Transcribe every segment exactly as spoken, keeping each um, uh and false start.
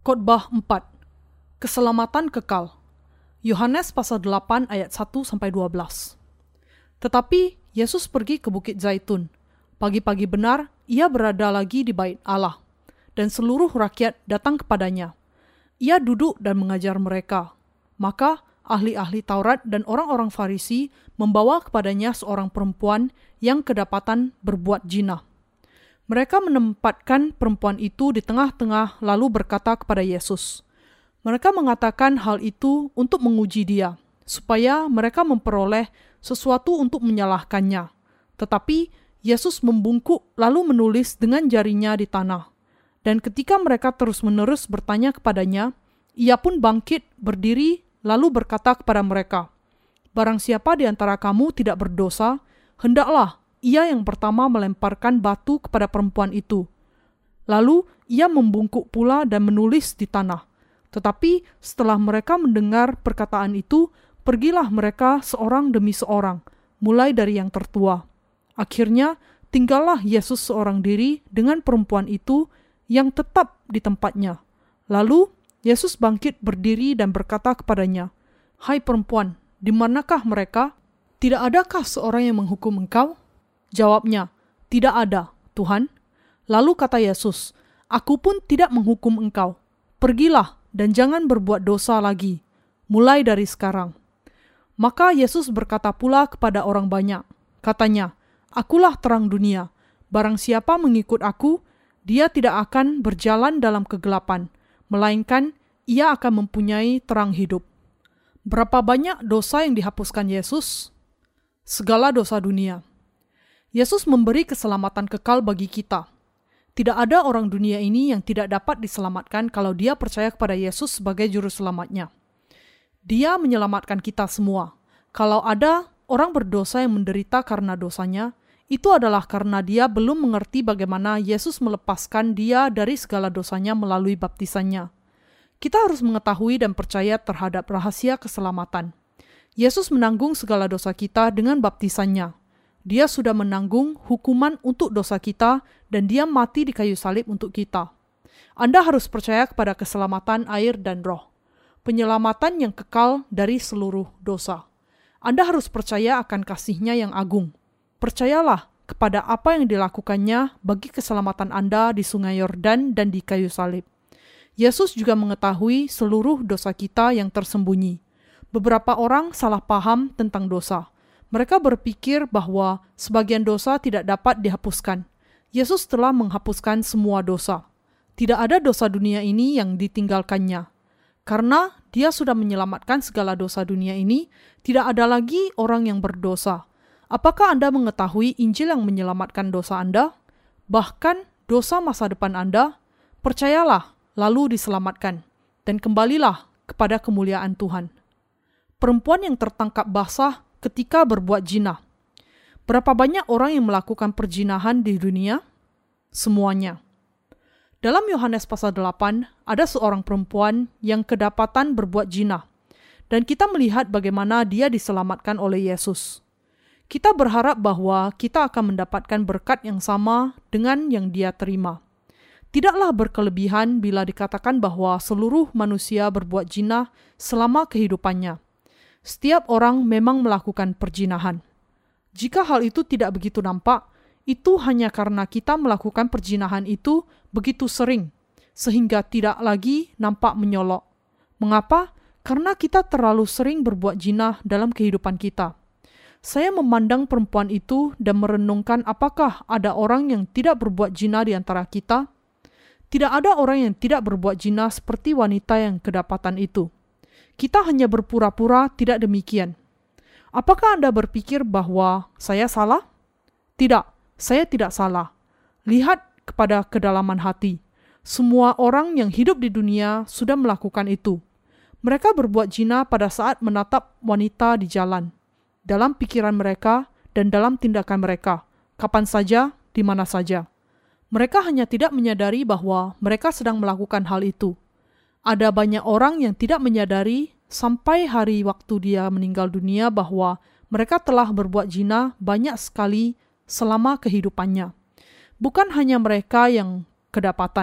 Khotbah empat. Keselamatan kekal. Yohanes pasal delapan ayat satu sampai dua belas. Tetapi Yesus pergi ke Bukit Zaitun. Pagi-pagi benar, ia berada lagi di bait Allah, dan seluruh rakyat datang kepadanya. Ia duduk dan mengajar mereka. Maka ahli-ahli Taurat dan orang-orang Farisi membawa kepadanya seorang perempuan yang kedapatan berbuat zina. Mereka menempatkan perempuan itu di tengah-tengah lalu berkata kepada Yesus. Mereka mengatakan hal itu untuk menguji dia, supaya mereka memperoleh sesuatu untuk menyalahkannya. Tetapi Yesus membungkuk lalu menulis dengan jarinya di tanah. Dan ketika mereka terus-menerus bertanya kepadanya, ia pun bangkit berdiri lalu berkata kepada mereka, "Barang siapa di antara kamu tidak berdosa, hendaklah ia yang pertama melemparkan batu kepada perempuan itu." Lalu ia membungkuk pula dan menulis di tanah. Tetapi setelah mereka mendengar perkataan itu, pergilah mereka seorang demi seorang, mulai dari yang tertua. Akhirnya tinggallah Yesus seorang diri dengan perempuan itu yang tetap di tempatnya. Lalu Yesus bangkit berdiri dan berkata kepadanya, "Hai perempuan, di manakah mereka? Tidak adakah seorang yang menghukum engkau?" Jawabnya, "Tidak ada, Tuhan." Lalu kata Yesus, "Aku pun tidak menghukum engkau. Pergilah dan jangan berbuat dosa lagi, mulai dari sekarang." Maka Yesus berkata pula kepada orang banyak, katanya, "Akulah terang dunia. Barang siapa mengikut aku, dia tidak akan berjalan dalam kegelapan, melainkan ia akan mempunyai terang hidup." Berapa banyak dosa yang dihapuskan Yesus? Segala dosa dunia. Yesus memberi keselamatan kekal bagi kita. Tidak ada orang dunia ini yang tidak dapat diselamatkan kalau dia percaya kepada Yesus sebagai juru selamatnya. Dia menyelamatkan kita semua. Kalau ada orang berdosa yang menderita karena dosanya, itu adalah karena dia belum mengerti bagaimana Yesus melepaskan dia dari segala dosanya melalui baptisannya. Kita harus mengetahui dan percaya terhadap rahasia keselamatan. Yesus menanggung segala dosa kita dengan baptisannya. Dia sudah menanggung hukuman untuk dosa kita dan dia mati di kayu salib untuk kita. Anda harus percaya kepada keselamatan air dan roh, penyelamatan yang kekal dari seluruh dosa. Anda harus percaya akan kasih-Nya yang agung. Percayalah kepada apa yang dilakukannya bagi keselamatan Anda di Sungai Yordan dan di kayu salib. Yesus juga mengetahui seluruh dosa kita yang tersembunyi. Beberapa orang salah paham tentang dosa. Mereka berpikir bahwa sebagian dosa tidak dapat dihapuskan. Yesus telah menghapuskan semua dosa. Tidak ada dosa dunia ini yang ditinggalkannya. Karena Dia sudah menyelamatkan segala dosa dunia ini, tidak ada lagi orang yang berdosa. Apakah Anda mengetahui Injil yang menyelamatkan dosa Anda? Bahkan dosa masa depan Anda? Percayalah, lalu diselamatkan, dan kembalilah kepada kemuliaan Tuhan. Perempuan yang tertangkap basah ketika berbuat zina. Berapa banyak orang yang melakukan perzinahan di dunia? Semuanya. Dalam Yohanes pasal delapan, ada seorang perempuan yang kedapatan berbuat zina, dan kita melihat bagaimana dia diselamatkan oleh Yesus. Kita berharap bahwa kita akan mendapatkan berkat yang sama dengan yang dia terima. Tidaklah berkelebihan bila dikatakan bahwa seluruh manusia berbuat zina selama kehidupannya. Setiap orang memang melakukan perzinahan. Jika hal itu tidak begitu nampak, itu hanya karena kita melakukan perzinahan itu begitu sering, sehingga tidak lagi nampak menyolok. Mengapa? Karena kita terlalu sering berbuat zina dalam kehidupan kita. Saya memandang perempuan itu dan merenungkan apakah ada orang yang tidak berbuat zina di antara kita? Tidak ada orang yang tidak berbuat zina seperti wanita yang kedapatan itu. Kita hanya berpura-pura tidak demikian. Apakah Anda berpikir bahwa saya salah? Tidak, saya tidak salah. Lihat kepada kedalaman hati. Semua orang yang hidup di dunia sudah melakukan itu. Mereka berbuat zina pada saat menatap wanita di jalan, dalam pikiran mereka dan dalam tindakan mereka, kapan saja, di mana saja. Mereka hanya tidak menyadari bahwa mereka sedang melakukan hal itu. Ada banyak orang yang tidak menyadari sampai hari waktu dia meninggal dunia bahwa mereka telah berbuat zina banyak sekali selama kehidupannya. Bukan hanya mereka yang kedapatan,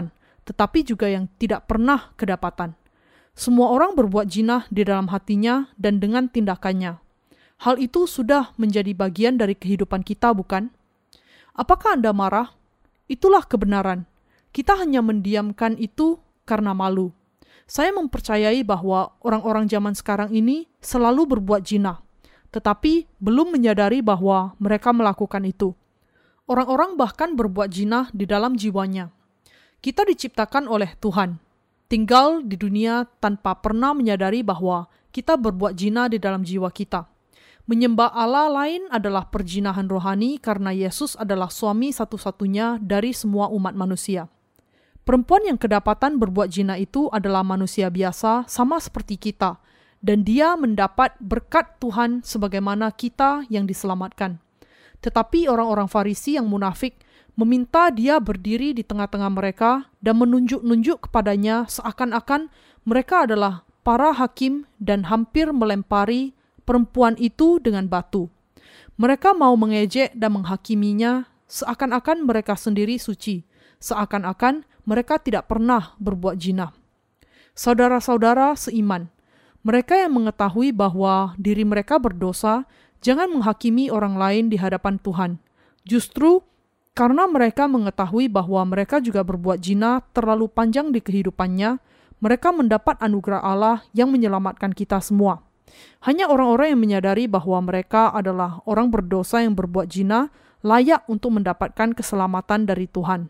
tetapi juga yang tidak pernah kedapatan. Semua orang berbuat jinah di dalam hatinya dan dengan tindakannya. Hal itu sudah menjadi bagian dari kehidupan kita, bukan? Apakah Anda marah? Itulah kebenaran. Kita hanya mendiamkan itu karena malu. Saya mempercayai bahwa orang-orang zaman sekarang ini selalu berbuat jinah, tetapi belum menyadari bahwa mereka melakukan itu. Orang-orang bahkan berbuat jinah di dalam jiwanya. Kita diciptakan oleh Tuhan, tinggal di dunia tanpa pernah menyadari bahwa kita berbuat jinah di dalam jiwa kita. Menyembah Allah lain adalah perjinahan rohani karena Yesus adalah suami satu-satunya dari semua umat manusia. Perempuan yang kedapatan berbuat zina itu adalah manusia biasa sama seperti kita, dan dia mendapat berkat Tuhan sebagaimana kita yang diselamatkan. Tetapi orang-orang Farisi yang munafik meminta dia berdiri di tengah-tengah mereka dan menunjuk-nunjuk kepadanya seakan-akan mereka adalah para hakim dan hampir melempari perempuan itu dengan batu. Mereka mau mengejek dan menghakiminya seakan-akan mereka sendiri suci, seakan-akan mereka tidak pernah berbuat zina. Saudara-saudara seiman, mereka yang mengetahui bahwa diri mereka berdosa, jangan menghakimi orang lain di hadapan Tuhan. Justru karena mereka mengetahui bahwa mereka juga berbuat zina terlalu panjang di kehidupannya, mereka mendapat anugerah Allah yang menyelamatkan kita semua. Hanya orang-orang yang menyadari bahwa mereka adalah orang berdosa yang berbuat zina layak untuk mendapatkan keselamatan dari Tuhan.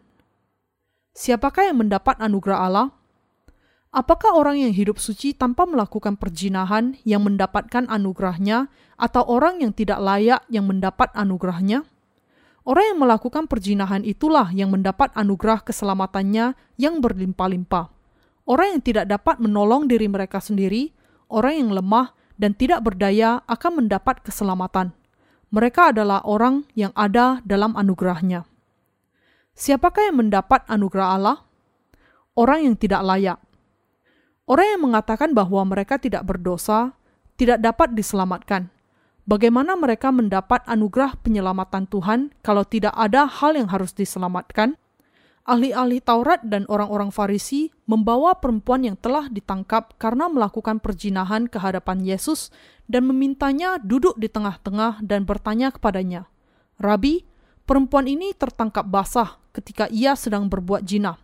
Siapakah yang mendapat anugerah Allah? Apakah orang yang hidup suci tanpa melakukan perzinahan yang mendapatkan anugerahnya, atau orang yang tidak layak yang mendapat anugerahnya? Orang yang melakukan perzinahan itulah yang mendapat anugerah keselamatannya yang berlimpah-limpah. Orang yang tidak dapat menolong diri mereka sendiri, orang yang lemah dan tidak berdaya akan mendapat keselamatan. Mereka adalah orang yang ada dalam anugerahnya. Siapakah yang mendapat anugerah Allah? Orang yang tidak layak. Orang yang mengatakan bahwa mereka tidak berdosa, tidak dapat diselamatkan. Bagaimana mereka mendapat anugerah penyelamatan Tuhan kalau tidak ada hal yang harus diselamatkan? Ahli-ahli Taurat dan orang-orang Farisi membawa perempuan yang telah ditangkap karena melakukan perzinahan ke hadapan Yesus dan memintanya duduk di tengah-tengah dan bertanya kepadanya, "Rabi, perempuan ini tertangkap basah ketika ia sedang berbuat zina.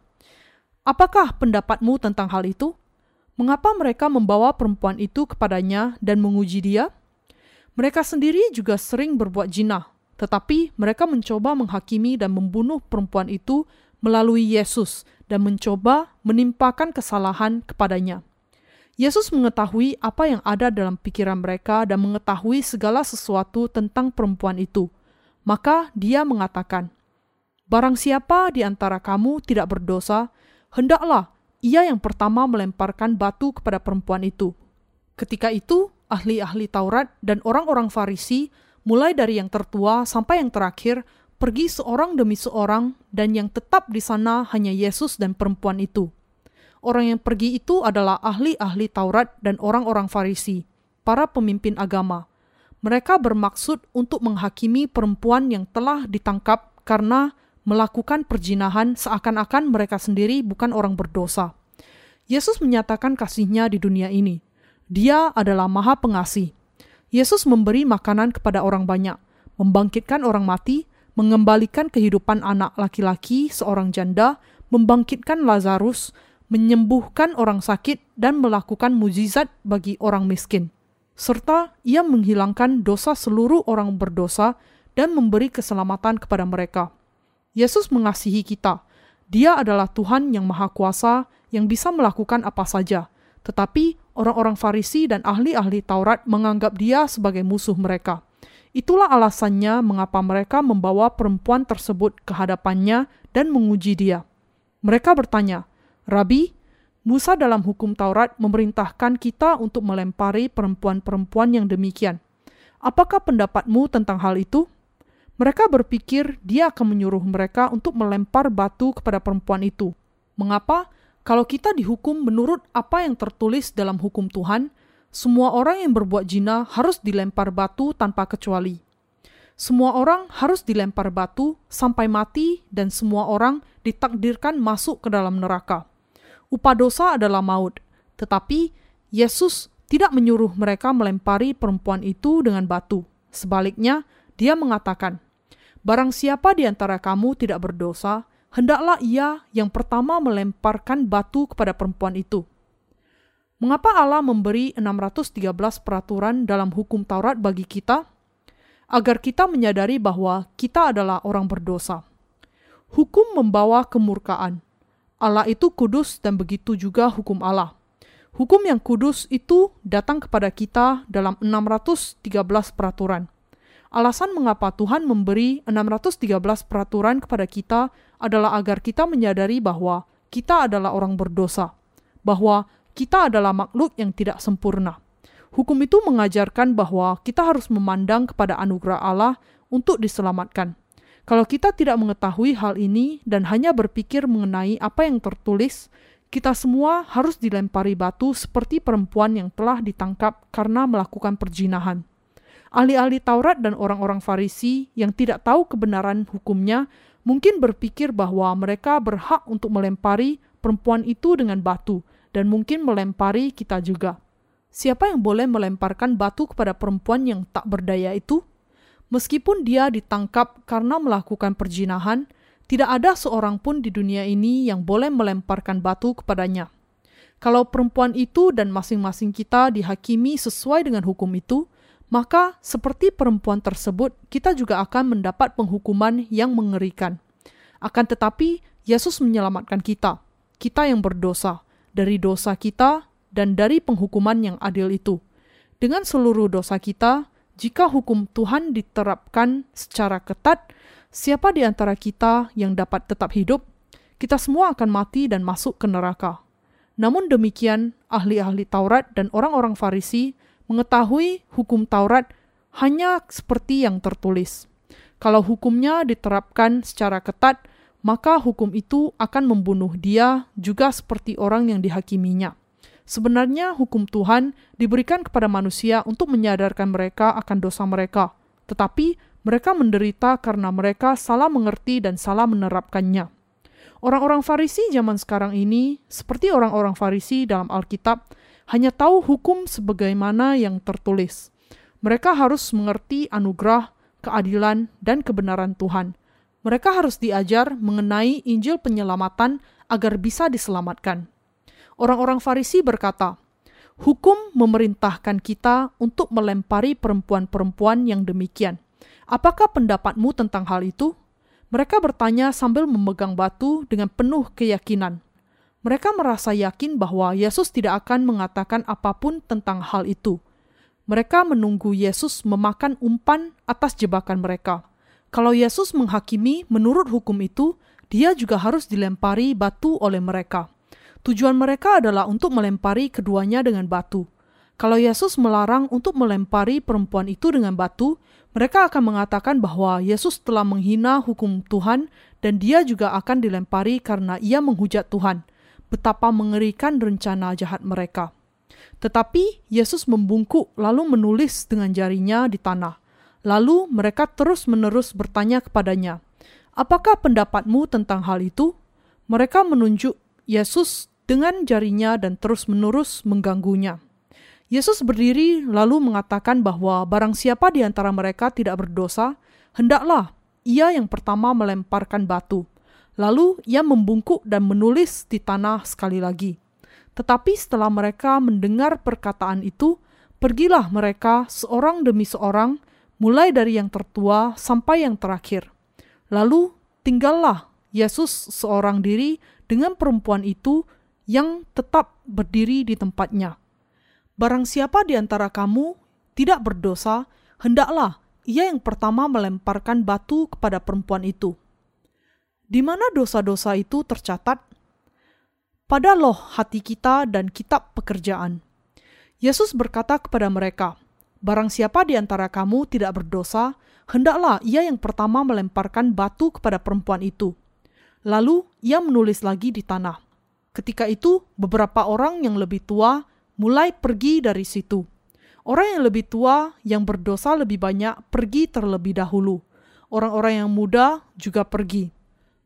Apakah pendapatmu tentang hal itu? Mengapa mereka membawa perempuan itu kepadanya dan menguji dia? Mereka sendiri juga sering berbuat zina, tetapi mereka mencoba menghakimi dan membunuh perempuan itu melalui Yesus dan mencoba menimpakan kesalahan kepadanya. Yesus mengetahui apa yang ada dalam pikiran mereka dan mengetahui segala sesuatu tentang perempuan itu. Maka dia mengatakan, "Barang siapa di antara kamu tidak berdosa, hendaklah ia yang pertama melemparkan batu kepada perempuan itu." Ketika itu, ahli-ahli Taurat dan orang-orang Farisi, mulai dari yang tertua sampai yang terakhir, pergi seorang demi seorang, dan yang tetap di sana hanya Yesus dan perempuan itu. Orang yang pergi itu adalah ahli-ahli Taurat dan orang-orang Farisi, para pemimpin agama. Mereka bermaksud untuk menghakimi perempuan yang telah ditangkap karena melakukan perzinahan seakan-akan mereka sendiri bukan orang berdosa. Yesus menyatakan kasih-Nya di dunia ini. Dia adalah Maha Pengasih. Yesus memberi makanan kepada orang banyak, membangkitkan orang mati, mengembalikan kehidupan anak laki-laki seorang janda, membangkitkan Lazarus, menyembuhkan orang sakit, dan melakukan mukjizat bagi orang miskin. Serta ia menghilangkan dosa seluruh orang berdosa dan memberi keselamatan kepada mereka. Yesus mengasihi kita. Dia adalah Tuhan yang Maha Kuasa yang bisa melakukan apa saja. Tetapi orang-orang Farisi dan ahli-ahli Taurat menganggap dia sebagai musuh mereka. Itulah alasannya mengapa mereka membawa perempuan tersebut ke hadapannya dan menguji dia. Mereka bertanya, "Rabi, Musa dalam hukum Taurat memerintahkan kita untuk melempari perempuan-perempuan yang demikian. Apakah pendapatmu tentang hal itu?" Mereka berpikir dia akan menyuruh mereka untuk melempar batu kepada perempuan itu. Mengapa? Kalau kita dihukum menurut apa yang tertulis dalam hukum Tuhan, semua orang yang berbuat zina harus dilempar batu tanpa kecuali. Semua orang harus dilempar batu sampai mati dan semua orang ditakdirkan masuk ke dalam neraka. Upah dosa adalah maut, tetapi Yesus tidak menyuruh mereka melempari perempuan itu dengan batu. Sebaliknya, dia mengatakan, "Barang siapa di antara kamu tidak berdosa, hendaklah ia yang pertama melemparkan batu kepada perempuan itu." Mengapa Allah memberi enam ratus tiga belas peraturan dalam hukum Taurat bagi kita? Agar kita menyadari bahwa kita adalah orang berdosa. Hukum membawa kemurkaan. Allah itu kudus dan begitu juga hukum Allah. Hukum yang kudus itu datang kepada kita dalam enam ratus tiga belas peraturan. Alasan mengapa Tuhan memberi enam ratus tiga belas peraturan kepada kita adalah agar kita menyadari bahwa kita adalah orang berdosa, bahwa kita adalah makhluk yang tidak sempurna. Hukum itu mengajarkan bahwa kita harus memandang kepada anugerah Allah untuk diselamatkan. Kalau kita tidak mengetahui hal ini dan hanya berpikir mengenai apa yang tertulis, kita semua harus dilempari batu seperti perempuan yang telah ditangkap karena melakukan perzinahan. Ahli-ahli Taurat dan orang-orang Farisi yang tidak tahu kebenaran hukumnya mungkin berpikir bahwa mereka berhak untuk melempari perempuan itu dengan batu dan mungkin melempari kita juga. Siapa yang boleh melemparkan batu kepada perempuan yang tak berdaya itu? Meskipun dia ditangkap karena melakukan perzinahan, tidak ada seorang pun di dunia ini yang boleh melemparkan batu kepadanya. Kalau perempuan itu dan masing-masing kita dihakimi sesuai dengan hukum itu, maka seperti perempuan tersebut, kita juga akan mendapat penghukuman yang mengerikan. Akan tetapi, Yesus menyelamatkan kita, kita yang berdosa, dari dosa kita dan dari penghukuman yang adil itu. Dengan seluruh dosa kita, jika hukum Tuhan diterapkan secara ketat, siapa di antara kita yang dapat tetap hidup? Kita semua akan mati dan masuk ke neraka. Namun demikian, ahli-ahli Taurat dan orang-orang Farisi mengetahui hukum Taurat hanya seperti yang tertulis. Kalau hukumnya diterapkan secara ketat, maka hukum itu akan membunuh dia juga seperti orang yang dihakiminya. Sebenarnya hukum Tuhan diberikan kepada manusia untuk menyadarkan mereka akan dosa mereka, tetapi mereka menderita karena mereka salah mengerti dan salah menerapkannya. Orang-orang Farisi zaman sekarang ini, seperti orang-orang Farisi dalam Alkitab, hanya tahu hukum sebagaimana yang tertulis. Mereka harus mengerti anugerah, keadilan, dan kebenaran Tuhan. Mereka harus diajar mengenai Injil penyelamatan agar bisa diselamatkan. Orang-orang Farisi berkata, "Hukum memerintahkan kita untuk melempari perempuan-perempuan yang demikian. Apakah pendapatmu tentang hal itu?" Mereka bertanya sambil memegang batu dengan penuh keyakinan. Mereka merasa yakin bahwa Yesus tidak akan mengatakan apapun tentang hal itu. Mereka menunggu Yesus memakan umpan atas jebakan mereka. Kalau Yesus menghakimi menurut hukum itu, dia juga harus dilempari batu oleh mereka. Tujuan mereka adalah untuk melempari keduanya dengan batu. Kalau Yesus melarang untuk melempari perempuan itu dengan batu, mereka akan mengatakan bahwa Yesus telah menghina hukum Tuhan dan dia juga akan dilempari karena ia menghujat Tuhan. Betapa mengerikan rencana jahat mereka. Tetapi Yesus membungkuk lalu menulis dengan jarinya di tanah. Lalu mereka terus-menerus bertanya kepadanya, "Apakah pendapatmu tentang hal itu?" Mereka menunjuk Yesus dengan jarinya dan terus-menerus mengganggunya. Yesus berdiri lalu mengatakan bahwa barang siapa di antara mereka tidak berdosa, hendaklah ia yang pertama melemparkan batu. Lalu ia membungkuk dan menulis di tanah sekali lagi. Tetapi setelah mereka mendengar perkataan itu, pergilah mereka seorang demi seorang, mulai dari yang tertua sampai yang terakhir. Lalu tinggallah Yesus seorang diri dengan perempuan itu yang tetap berdiri di tempatnya. Barang siapa di antara kamu tidak berdosa, hendaklah ia yang pertama melemparkan batu kepada perempuan itu. Di mana dosa-dosa itu tercatat? Pada loh hati kita dan kitab pekerjaan. Yesus berkata kepada mereka, "Barang siapa di antara kamu tidak berdosa, hendaklah ia yang pertama melemparkan batu kepada perempuan itu." Lalu ia menulis lagi di tanah. Ketika itu beberapa orang yang lebih tua mulai pergi dari situ. Orang yang lebih tua yang berdosa lebih banyak pergi terlebih dahulu. Orang-orang yang muda juga pergi.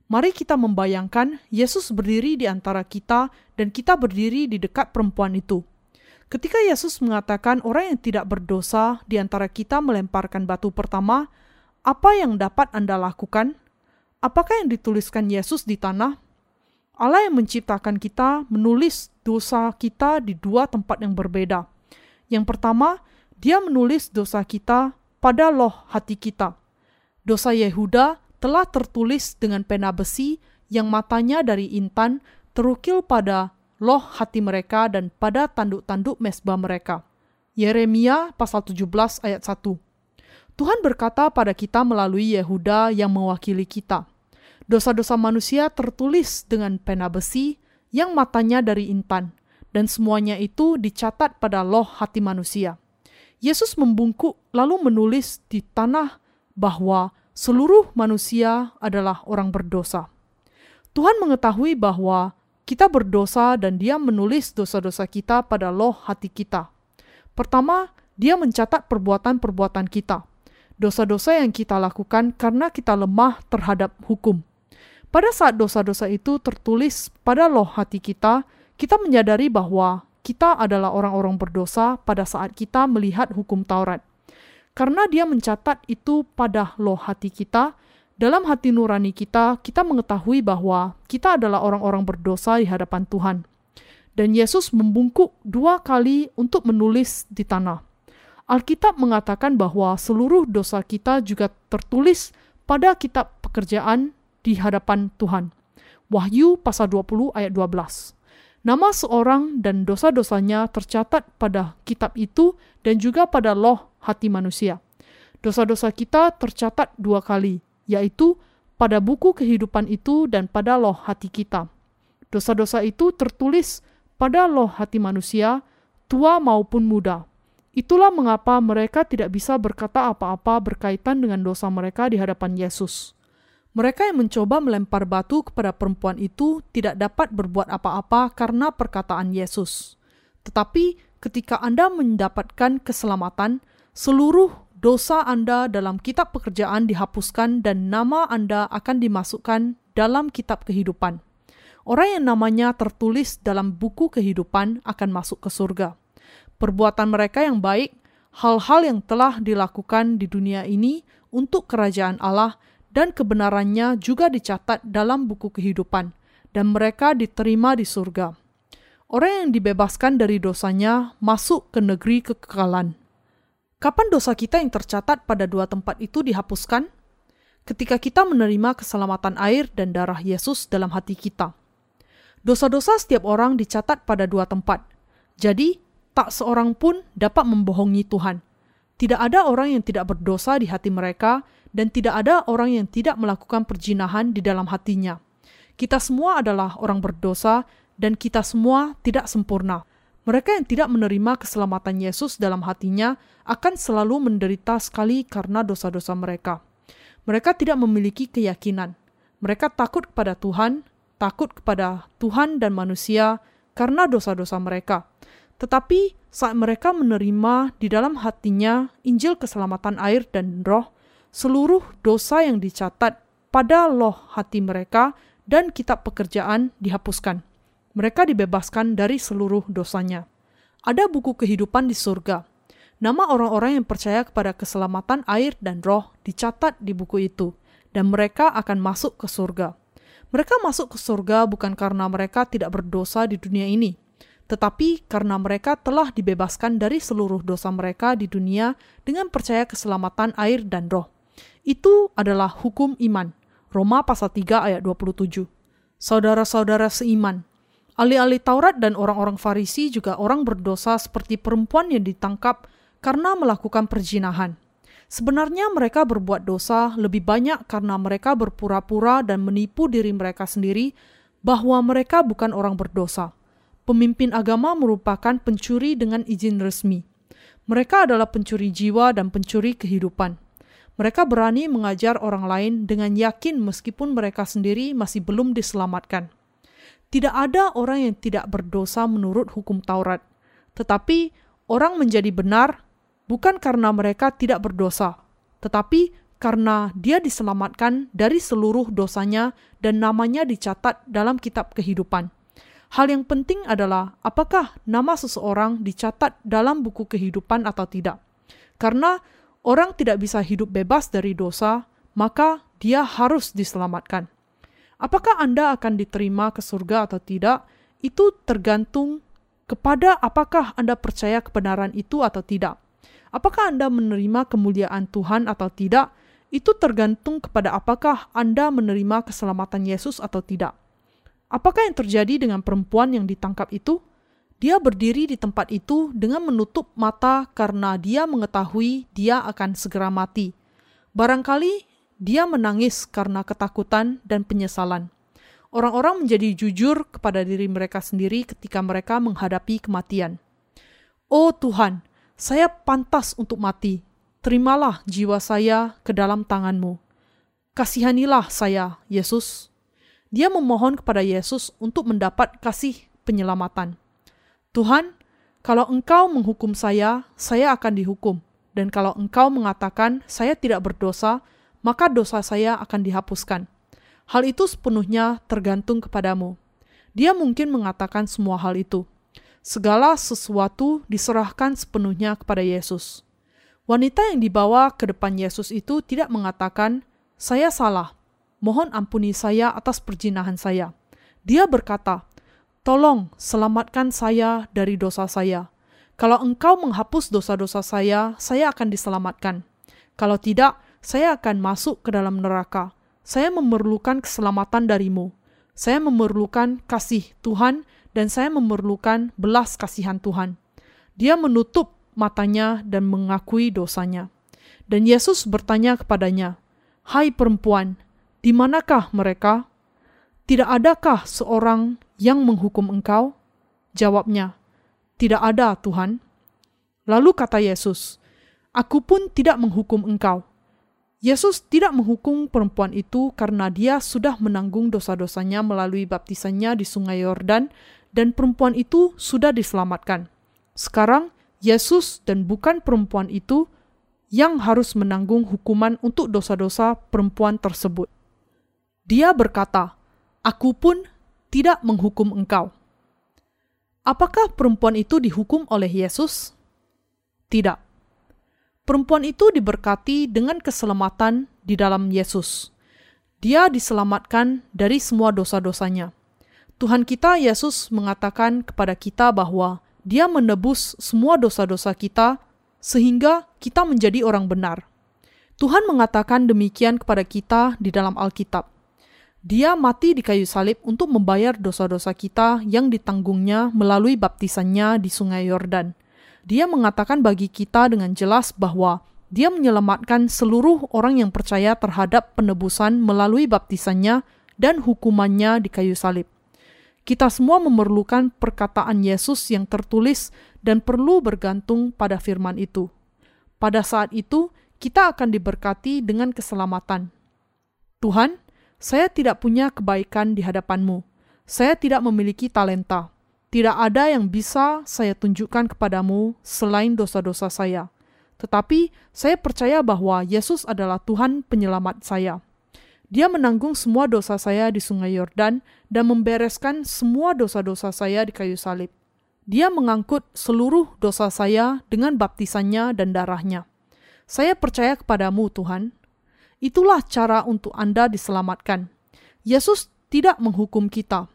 Mari kita membayangkan Yesus berdiri di antara kita dan kita berdiri di dekat perempuan itu. Ketika Yesus mengatakan orang yang tidak berdosa di antara kita melemparkan batu pertama, apa yang dapat Anda lakukan? Apakah yang dituliskan Yesus di tanah? Allah yang menciptakan kita menulis dosa kita di dua tempat yang berbeda. Yang pertama, Dia menulis dosa kita pada loh hati kita. Dosa Yehuda telah tertulis dengan pena besi yang matanya dari intan terukil pada loh hati mereka dan pada tanduk-tanduk mezbah mereka. Yeremia pasal tujuh belas ayat satu. Tuhan berkata pada kita melalui Yehuda yang mewakili kita. Dosa-dosa manusia tertulis dengan pena besi yang matanya dari intan, dan semuanya itu dicatat pada loh hati manusia. Yesus membungkuk lalu menulis di tanah bahwa seluruh manusia adalah orang berdosa. Tuhan mengetahui bahwa kita berdosa dan Dia menulis dosa-dosa kita pada loh hati kita. Pertama, Dia mencatat perbuatan-perbuatan kita. Dosa-dosa yang kita lakukan karena kita lemah terhadap hukum. Pada saat dosa-dosa itu tertulis pada loh hati kita, kita menyadari bahwa kita adalah orang-orang berdosa pada saat kita melihat hukum Taurat. Karena Dia mencatat itu pada loh hati kita, dalam hati nurani kita, kita mengetahui bahwa kita adalah orang-orang berdosa di hadapan Tuhan. Dan Yesus membungkuk dua kali untuk menulis di tanah. Alkitab mengatakan bahwa seluruh dosa kita juga tertulis pada kitab pekerjaan di hadapan Tuhan. Wahyu pasal dua puluh ayat dua belas. Nama seorang dan dosa-dosanya tercatat pada kitab itu dan juga pada loh hati manusia. Dosa-dosa kita tercatat dua kali, yaitu pada buku kehidupan itu dan pada loh hati kita. Dosa-dosa itu tertulis pada loh hati manusia, tua maupun muda. Itulah mengapa mereka tidak bisa berkata apa-apa berkaitan dengan dosa mereka di hadapan Yesus. Mereka yang mencoba melempar batu kepada perempuan itu tidak dapat berbuat apa-apa karena perkataan Yesus. Tetapi ketika Anda mendapatkan keselamatan, seluruh dosa Anda dalam kitab pekerjaan dihapuskan dan nama Anda akan dimasukkan dalam kitab kehidupan. Orang yang namanya tertulis dalam buku kehidupan akan masuk ke surga. Perbuatan mereka yang baik, hal-hal yang telah dilakukan di dunia ini untuk kerajaan Allah dan kebenarannya juga dicatat dalam buku kehidupan, dan mereka diterima di surga. Orang yang dibebaskan dari dosanya masuk ke negeri kekekalan. Kapan dosa kita yang tercatat pada dua tempat itu dihapuskan? Ketika kita menerima keselamatan air dan darah Yesus dalam hati kita. Dosa-dosa setiap orang dicatat pada dua tempat. Jadi, tak seorang pun dapat membohongi Tuhan. Tidak ada orang yang tidak berdosa di hati mereka, dan tidak ada orang yang tidak melakukan perzinahan di dalam hatinya. Kita semua adalah orang berdosa, dan kita semua tidak sempurna. Mereka yang tidak menerima keselamatan Yesus dalam hatinya akan selalu menderita sekali karena dosa-dosa mereka. Mereka tidak memiliki keyakinan. Mereka takut kepada Tuhan, takut kepada Tuhan dan manusia karena dosa-dosa mereka. Tetapi saat mereka menerima di dalam hatinya Injil keselamatan air dan roh, seluruh dosa yang dicatat pada loh hati mereka dan kitab pekerjaan dihapuskan. Mereka dibebaskan dari seluruh dosanya. Ada buku kehidupan di surga. Nama orang-orang yang percaya kepada keselamatan air dan roh dicatat di buku itu, dan mereka akan masuk ke surga. Mereka masuk ke surga bukan karena mereka tidak berdosa di dunia ini, tetapi karena mereka telah dibebaskan dari seluruh dosa mereka di dunia dengan percaya keselamatan air dan roh. Itu adalah hukum iman. Roma pasal tiga ayat dua puluh tujuh. Saudara-saudara seiman, ahli-ahli Taurat dan orang-orang Farisi juga orang berdosa seperti perempuan yang ditangkap karena melakukan perzinahan. Sebenarnya mereka berbuat dosa lebih banyak karena mereka berpura-pura dan menipu diri mereka sendiri bahwa mereka bukan orang berdosa. Pemimpin agama merupakan pencuri dengan izin resmi. Mereka adalah pencuri jiwa dan pencuri kehidupan. Mereka berani mengajar orang lain dengan yakin meskipun mereka sendiri masih belum diselamatkan. Tidak ada orang yang tidak berdosa menurut hukum Taurat. Tetapi orang menjadi benar bukan karena mereka tidak berdosa, tetapi karena dia diselamatkan dari seluruh dosanya dan namanya dicatat dalam kitab kehidupan. Hal yang penting adalah apakah nama seseorang dicatat dalam buku kehidupan atau tidak. Karena orang tidak bisa hidup bebas dari dosa, maka dia harus diselamatkan. Apakah Anda akan diterima ke surga atau tidak, itu tergantung kepada apakah Anda percaya kebenaran itu atau tidak. Apakah Anda menerima kemuliaan Tuhan atau tidak, itu tergantung kepada apakah Anda menerima keselamatan Yesus atau tidak. Apakah yang terjadi dengan perempuan yang ditangkap itu? Dia berdiri di tempat itu dengan menutup mata karena dia mengetahui dia akan segera mati. Barangkali dia menangis karena ketakutan dan penyesalan. Orang-orang menjadi jujur kepada diri mereka sendiri ketika mereka menghadapi kematian. Oh Tuhan, saya pantas untuk mati. Terimalah jiwa saya ke dalam tangan-Mu. Kasihanilah saya, Yesus. Dia memohon kepada Yesus untuk mendapat kasih penyelamatan. Tuhan, kalau Engkau menghukum saya, saya akan dihukum. Dan kalau Engkau mengatakan saya tidak berdosa, maka dosa saya akan dihapuskan. Hal itu sepenuhnya tergantung kepadamu. Dia mungkin mengatakan semua hal itu. Segala sesuatu diserahkan sepenuhnya kepada Yesus. Wanita yang dibawa ke depan Yesus itu tidak mengatakan, "Saya salah, mohon ampuni saya atas perzinahan saya." Dia berkata, "Tolong selamatkan saya dari dosa saya. Kalau Engkau menghapus dosa-dosa saya, saya akan diselamatkan. Kalau tidak, saya akan masuk ke dalam neraka. Saya memerlukan keselamatan dari-Mu. Saya memerlukan kasih Tuhan dan saya memerlukan belas kasihan Tuhan." Dia menutup matanya dan mengakui dosanya. Dan Yesus bertanya kepadanya, "Hai perempuan, di manakah mereka? Tidak adakah seorang yang menghukum engkau?" Jawabnya, "Tidak ada, Tuhan." Lalu kata Yesus, "Aku pun tidak menghukum engkau." Yesus tidak menghukum perempuan itu karena dia sudah menanggung dosa-dosanya melalui baptisannya di Sungai Yordan dan perempuan itu sudah diselamatkan. Sekarang Yesus dan bukan perempuan itu yang harus menanggung hukuman untuk dosa-dosa perempuan tersebut. Dia berkata, "Aku pun tidak menghukum engkau." Apakah perempuan itu dihukum oleh Yesus? Tidak. Perempuan itu diberkati dengan keselamatan di dalam Yesus. Dia diselamatkan dari semua dosa-dosanya. Tuhan kita Yesus mengatakan kepada kita bahwa Dia menebus semua dosa-dosa kita sehingga kita menjadi orang benar. Tuhan mengatakan demikian kepada kita di dalam Alkitab. Dia mati di kayu salib untuk membayar dosa-dosa kita yang ditanggungnya melalui baptisannya di Sungai Yordan. Dia mengatakan bagi kita dengan jelas bahwa Dia menyelamatkan seluruh orang yang percaya terhadap penebusan melalui baptisannya dan hukumannya di kayu salib. Kita semua memerlukan perkataan Yesus yang tertulis dan perlu bergantung pada firman itu. Pada saat itu, kita akan diberkati dengan keselamatan. Tuhan, saya tidak punya kebaikan di hadapan-Mu. Saya tidak memiliki talenta. Tidak ada yang bisa saya tunjukkan kepadamu selain dosa-dosa saya. Tetapi saya percaya bahwa Yesus adalah Tuhan penyelamat saya. Dia menanggung semua dosa saya di Sungai Yordan dan membereskan semua dosa-dosa saya di kayu salib. Dia mengangkut seluruh dosa saya dengan baptisannya dan darahnya. Saya percaya kepadamu, Tuhan. Itulah cara untuk Anda diselamatkan. Yesus tidak menghukum kita.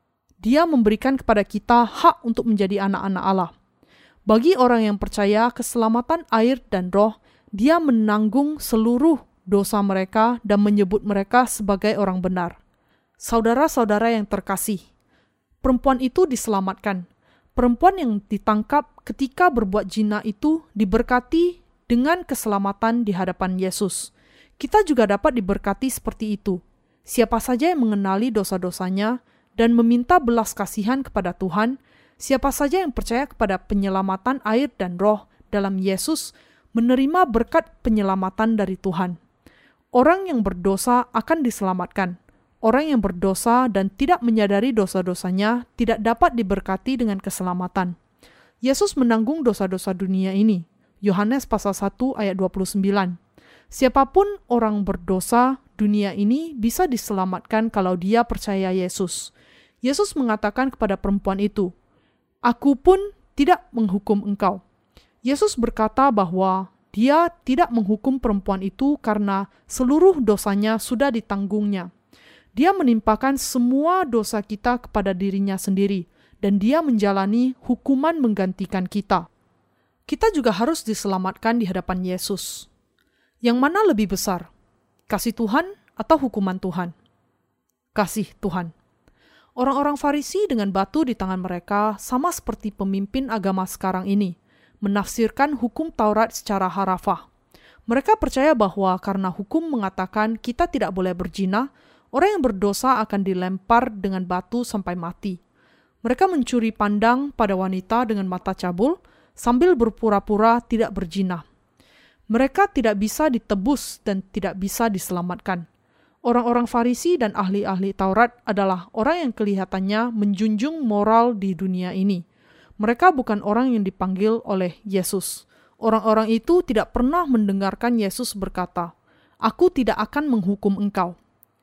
Dia memberikan kepada kita hak untuk menjadi anak-anak Allah. Bagi orang yang percaya keselamatan air dan roh, Dia menanggung seluruh dosa mereka dan menyebut mereka sebagai orang benar. Saudara-saudara yang terkasih, perempuan itu diselamatkan. Perempuan yang ditangkap ketika berbuat zina itu diberkati dengan keselamatan di hadapan Yesus. Kita juga dapat diberkati seperti itu. Siapa saja yang mengenali dosa-dosanya dan meminta belas kasihan kepada Tuhan, siapa saja yang percaya kepada penyelamatan air dan roh dalam Yesus, menerima berkat penyelamatan dari Tuhan. Orang yang berdosa akan diselamatkan. Orang yang berdosa dan tidak menyadari dosa-dosanya tidak dapat diberkati dengan keselamatan. Yesus menanggung dosa-dosa dunia ini. Yohanes pasal satu ayat dua puluh sembilan. Siapapun orang berdosa dunia ini bisa diselamatkan kalau dia percaya Yesus. Yesus mengatakan kepada perempuan itu, "Aku pun tidak menghukum engkau." Yesus berkata bahwa dia tidak menghukum perempuan itu karena seluruh dosanya sudah ditanggungnya. Dia menimpakan semua dosa kita kepada dirinya sendiri, dan dia menjalani hukuman menggantikan kita. Kita juga harus diselamatkan di hadapan Yesus. Yang mana lebih besar? Kasih Tuhan atau hukuman Tuhan? Kasih Tuhan. Orang-orang Farisi dengan batu di tangan mereka sama seperti pemimpin agama sekarang ini, menafsirkan hukum Taurat secara harafah. Mereka percaya bahwa karena hukum mengatakan kita tidak boleh berzina, orang yang berdosa akan dilempar dengan batu sampai mati. Mereka mencuri pandang pada wanita dengan mata cabul sambil berpura-pura tidak berzina. Mereka tidak bisa ditebus dan tidak bisa diselamatkan. Orang-orang Farisi dan ahli-ahli Taurat adalah orang yang kelihatannya menjunjung moral di dunia ini. Mereka bukan orang yang dipanggil oleh Yesus. Orang-orang itu tidak pernah mendengarkan Yesus berkata, "Aku tidak akan menghukum engkau."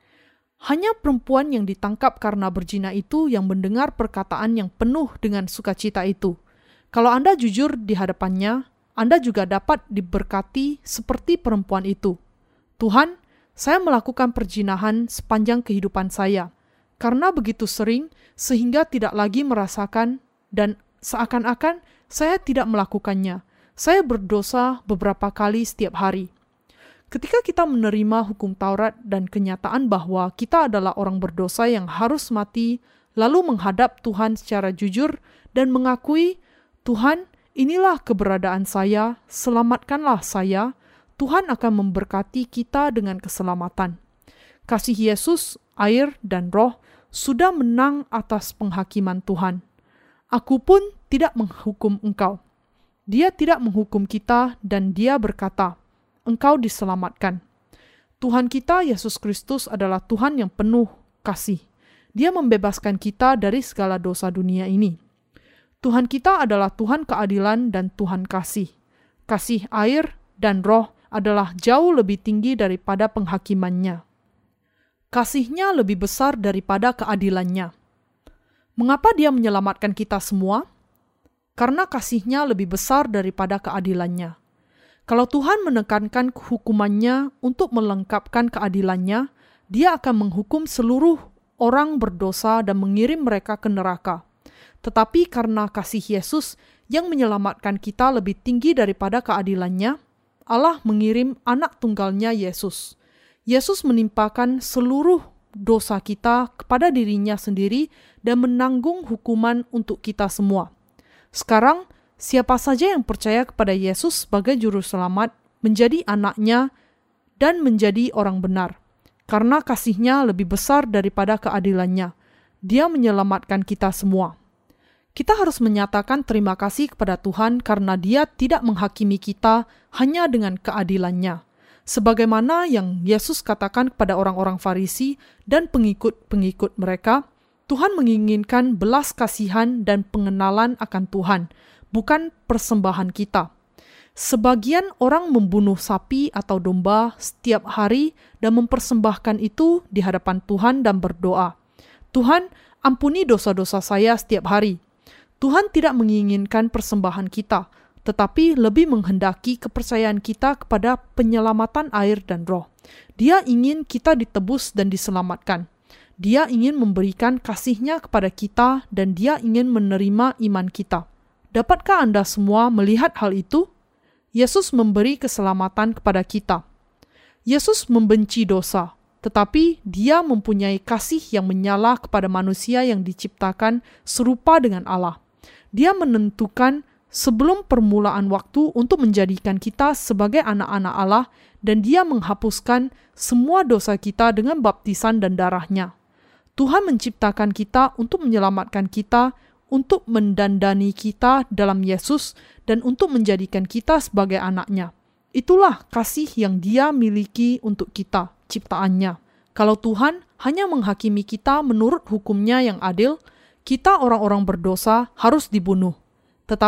Hanya perempuan yang ditangkap karena berzina itu yang mendengar perkataan yang penuh dengan sukacita itu. Kalau Anda jujur di hadapannya, Anda juga dapat diberkati seperti perempuan itu. "Tuhan, saya melakukan perzinahan sepanjang kehidupan saya, karena begitu sering sehingga tidak lagi merasakan dan seakan-akan saya tidak melakukannya. Saya berdosa beberapa kali setiap hari." Ketika kita menerima hukum Taurat dan kenyataan bahwa kita adalah orang berdosa yang harus mati, lalu menghadap Tuhan secara jujur dan mengakui, "Tuhan, inilah keberadaan saya, selamatkanlah saya," Tuhan akan memberkati kita dengan keselamatan. Kasih Yesus, air, dan roh sudah menang atas penghakiman Tuhan. "Aku pun tidak menghukum engkau." Dia tidak menghukum kita dan dia berkata, "Engkau diselamatkan." Tuhan kita, Yesus Kristus, adalah Tuhan yang penuh kasih. Dia membebaskan kita dari segala dosa dunia ini. Tuhan kita adalah Tuhan keadilan dan Tuhan kasih. Kasih air dan roh adalah jauh lebih tinggi daripada penghakimannya. Kasihnya lebih besar daripada keadilannya. Mengapa dia menyelamatkan kita semua? Karena kasihnya lebih besar daripada keadilannya. Kalau Tuhan menekankan hukumannya untuk melengkapkan keadilannya, dia akan menghukum seluruh orang berdosa dan mengirim mereka ke neraka. Tetapi karena kasih Yesus yang menyelamatkan kita lebih tinggi daripada keadilannya, Allah mengirim anak tunggalnya Yesus. Yesus menimpakan seluruh dosa kita kepada dirinya sendiri dan menanggung hukuman untuk kita semua. Sekarang, siapa saja yang percaya kepada Yesus sebagai juru selamat menjadi anaknya dan menjadi orang benar. Karena kasihnya lebih besar daripada keadilannya. Dia menyelamatkan kita semua. Kita harus menyatakan terima kasih kepada Tuhan karena Dia tidak menghakimi kita hanya dengan keadilannya. Sebagaimana yang Yesus katakan kepada orang-orang Farisi dan pengikut-pengikut mereka, Tuhan menginginkan belas kasihan dan pengenalan akan Tuhan, bukan persembahan kita. Sebagian orang membunuh sapi atau domba setiap hari dan mempersembahkan itu di hadapan Tuhan dan berdoa, "Tuhan, ampuni dosa-dosa saya setiap hari." Tuhan tidak menginginkan persembahan kita, tetapi lebih menghendaki kepercayaan kita kepada penyelamatan air dan roh. Dia ingin kita ditebus dan diselamatkan. Dia ingin memberikan kasih-Nya kepada kita dan Dia ingin menerima iman kita. Dapatkah Anda semua melihat hal itu? Yesus memberi keselamatan kepada kita. Yesus membenci dosa, tetapi Dia mempunyai kasih yang menyala kepada manusia yang diciptakan serupa dengan Allah. Dia menentukan sebelum permulaan waktu untuk menjadikan kita sebagai anak-anak Allah dan Dia menghapuskan semua dosa kita dengan baptisan dan darah-Nya. Tuhan menciptakan kita untuk menyelamatkan kita, untuk mendandani kita dalam Yesus, dan untuk menjadikan kita sebagai anak-Nya. Itulah kasih yang Dia miliki untuk kita, ciptaannya. Kalau Tuhan hanya menghakimi kita menurut hukum-Nya yang adil, kita orang-orang berdosa harus dibunuh. Tetapi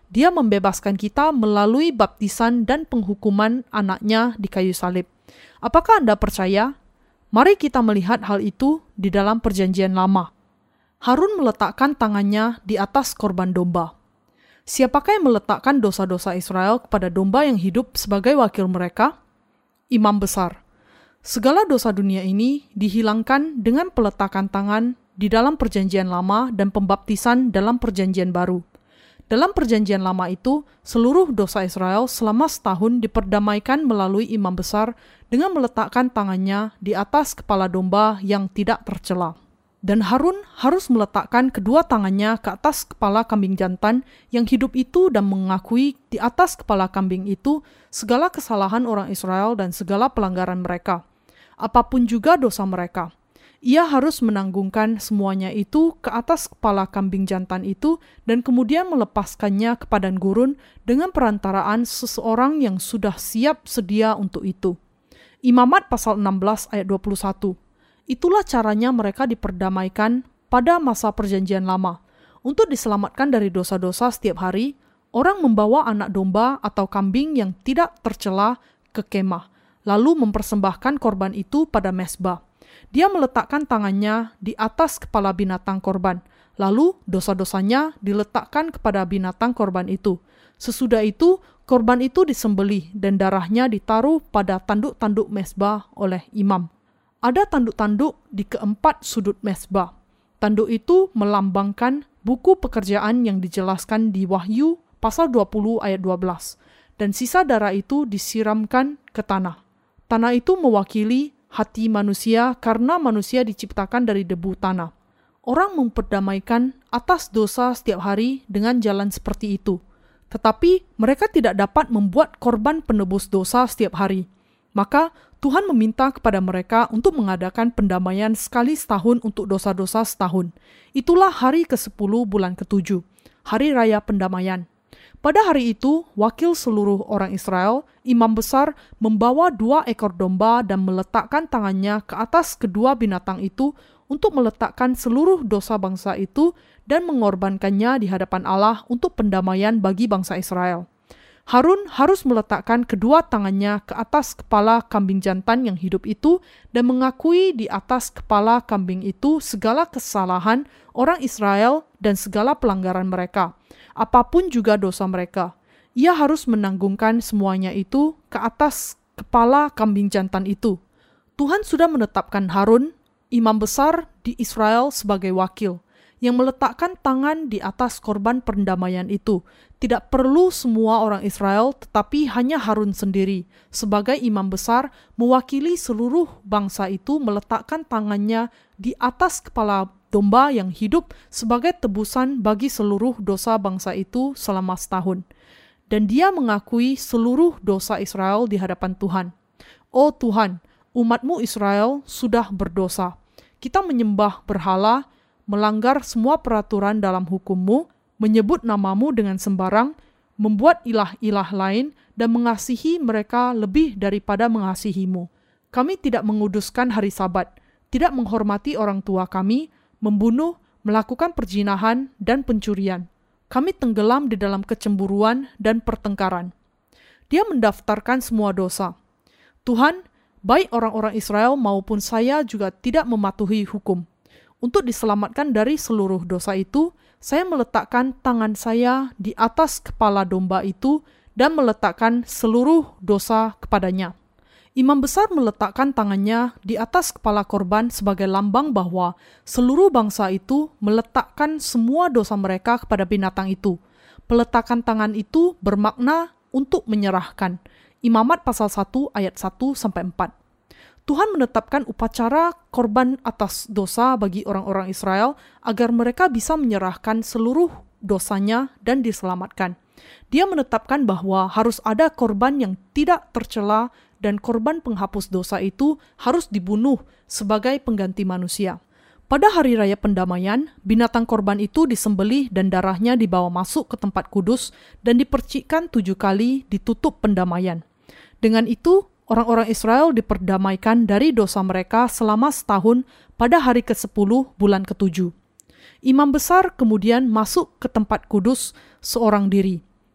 Dia membebaskan kita melalui baptisan dan penghukuman anaknya di kayu salib. Apakah Anda percaya? Mari kita melihat hal itu di dalam perjanjian lama. Harun meletakkan tangannya di atas korban domba. Siapakah yang meletakkan dosa-dosa Israel kepada domba yang hidup sebagai wakil mereka? Imam besar. Segala dosa dunia ini dihilangkan dengan peletakan tangan di dalam perjanjian lama dan pembaptisan dalam perjanjian baru. Dalam perjanjian lama itu, seluruh dosa Israel selama setahun diperdamaikan melalui imam besar dengan meletakkan tangannya di atas kepala domba yang tidak tercela. Dan Harun harus meletakkan kedua tangannya ke atas kepala kambing jantan yang hidup itu dan mengakui di atas kepala kambing itu segala kesalahan orang Israel dan segala pelanggaran mereka. Apapun juga dosa mereka. Ia harus menanggungkan semuanya itu ke atas kepala kambing jantan itu dan kemudian melepaskannya ke padang gurun dengan perantaraan seseorang yang sudah siap sedia untuk itu. Imamat pasal enam belas ayat dua puluh satu. Itulah caranya mereka diperdamaikan pada masa perjanjian lama. Untuk diselamatkan dari dosa-dosa setiap hari, orang membawa anak domba atau kambing yang tidak tercela ke kemah, lalu mempersembahkan korban itu pada mezbah. Dia meletakkan tangannya di atas kepala binatang korban, lalu dosa-dosanya diletakkan kepada binatang korban itu. Sesudah itu, korban itu disembelih dan darahnya ditaruh pada tanduk-tanduk mezbah oleh imam. Ada tanduk-tanduk di keempat sudut mezbah. Tanduk itu melambangkan buku pekerjaan yang dijelaskan di Wahyu pasal dua puluh ayat dua belas. Dan sisa darah itu disiramkan ke tanah. Tanah itu mewakili hati manusia karena manusia diciptakan dari debu tanah. Orang memperdamaikan atas dosa setiap hari dengan jalan seperti itu. Tetapi mereka tidak dapat membuat korban penebus dosa setiap hari. Maka Tuhan meminta kepada mereka untuk mengadakan pendamaian sekali setahun untuk dosa-dosa setahun. Itulah hari kesepuluh bulan ketujuh, hari raya pendamaian. Pada hari itu, wakil seluruh orang Israel, imam besar, membawa dua ekor domba dan meletakkan tangannya ke atas kedua binatang itu untuk meletakkan seluruh dosa bangsa itu dan mengorbankannya di hadapan Allah untuk pendamaian bagi bangsa Israel. Harun harus meletakkan kedua tangannya ke atas kepala kambing jantan yang hidup itu dan mengakui di atas kepala kambing itu segala kesalahan orang Israel dan segala pelanggaran mereka. Apapun juga dosa mereka, ia harus menanggungkan semuanya itu ke atas kepala kambing jantan itu. Tuhan sudah menetapkan Harun, imam besar di Israel sebagai wakil, yang meletakkan tangan di atas korban pendamaian itu. Tidak perlu semua orang Israel, tetapi hanya Harun sendiri, sebagai imam besar, mewakili seluruh bangsa itu meletakkan tangannya di atas kepala domba yang hidup sebagai tebusan bagi seluruh dosa bangsa itu selama setahun. Dan dia mengakui seluruh dosa Israel di hadapan Tuhan. Oh Tuhan, umat-Mu Israel sudah berdosa. Kita menyembah berhala, melanggar semua peraturan dalam hukum-Mu, menyebut nama-Mu dengan sembarang, membuat ilah-ilah lain, dan mengasihi mereka lebih daripada mengasihi-Mu. Kami tidak menguduskan hari Sabat, tidak menghormati orang tua kami, membunuh, melakukan perzinahan, dan pencurian. Kami tenggelam di dalam kecemburuan dan pertengkaran. Dia mendaftarkan semua dosa. Tuhan, baik orang-orang Israel maupun saya juga tidak mematuhi hukum. Untuk diselamatkan dari seluruh dosa itu, saya meletakkan tangan saya di atas kepala domba itu dan meletakkan seluruh dosa kepadanya. Imam besar meletakkan tangannya di atas kepala korban sebagai lambang bahwa seluruh bangsa itu meletakkan semua dosa mereka kepada binatang itu. Peletakan tangan itu bermakna untuk menyerahkan. Imamat pasal satu ayat satu sampai empat. Tuhan menetapkan upacara korban atas dosa bagi orang-orang Israel agar mereka bisa menyerahkan seluruh dosanya dan diselamatkan. Dia menetapkan bahwa harus ada korban yang tidak tercela dan korban penghapus dosa itu harus dibunuh sebagai pengganti manusia. Pada hari raya pendamaian, binatang korban itu disembelih dan darahnya dibawa masuk ke tempat kudus dan dipercikkan tujuh kali ditutup pendamaian. Dengan itu, orang-orang Israel diperdamaikan dari dosa mereka selama setahun pada hari kesepuluh bulan ketujuh. Imam besar kemudian masuk ke tempat kudus seorang diri.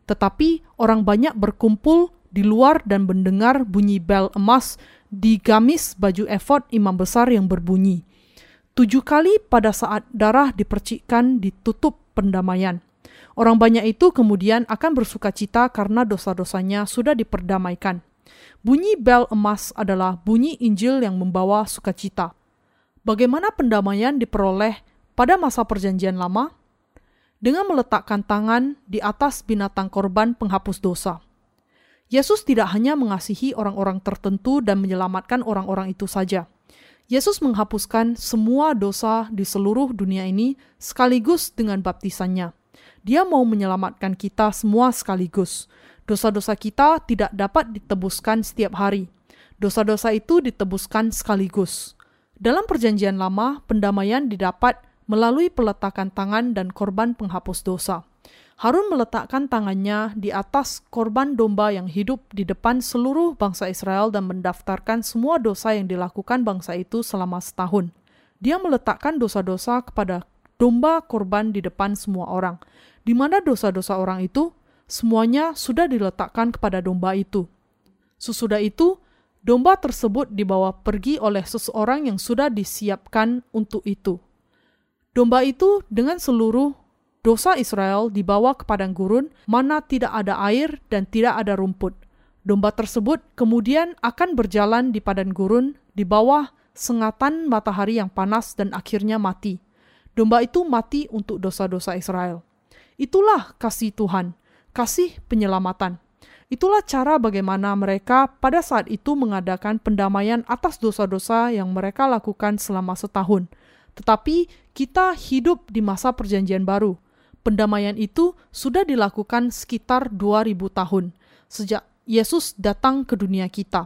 Tetapi orang banyak berkumpul di luar dan mendengar bunyi bel emas di gamis baju efod imam besar yang berbunyi. Tujuh kali pada saat darah dipercikkan ditutup pendamaian. Orang banyak itu kemudian akan bersukacita karena dosa-dosanya sudah diperdamaikan. Bunyi bel emas adalah bunyi Injil yang membawa sukacita. Bagaimana pendamaian diperoleh pada masa Perjanjian Lama? Dengan meletakkan tangan di atas binatang korban penghapus dosa. Yesus tidak hanya mengasihi orang-orang tertentu dan menyelamatkan orang-orang itu saja. Yesus menghapuskan semua dosa di seluruh dunia ini sekaligus dengan baptisannya. Dia mau menyelamatkan kita semua sekaligus. Dosa-dosa kita tidak dapat ditebuskan setiap hari. Dosa-dosa itu ditebuskan sekaligus. Dalam Perjanjian Lama, pendamaian didapat melalui peletakan tangan dan korban penghapus dosa. Harun meletakkan tangannya di atas korban domba yang hidup di depan seluruh bangsa Israel dan mendaftarkan semua dosa yang dilakukan bangsa itu selama setahun. Dia meletakkan dosa-dosa kepada domba korban di depan semua orang. Di mana dosa-dosa orang itu, semuanya sudah diletakkan kepada domba itu. Sesudah itu, domba tersebut dibawa pergi oleh seseorang yang sudah disiapkan untuk itu. Domba itu dengan seluruh dosa Israel dibawa ke padang gurun, mana tidak ada air dan tidak ada rumput. Domba tersebut kemudian akan berjalan di padang gurun di bawah sengatan matahari yang panas dan akhirnya mati. Domba itu mati untuk dosa-dosa Israel. Itulah kasih Tuhan, kasih penyelamatan. Itulah cara bagaimana mereka pada saat itu mengadakan pendamaian atas dosa-dosa yang mereka lakukan selama setahun. Tetapi kita hidup di masa Perjanjian Baru. Pendamaian itu sudah dilakukan sekitar dua ribu tahun, sejak Yesus datang ke dunia kita.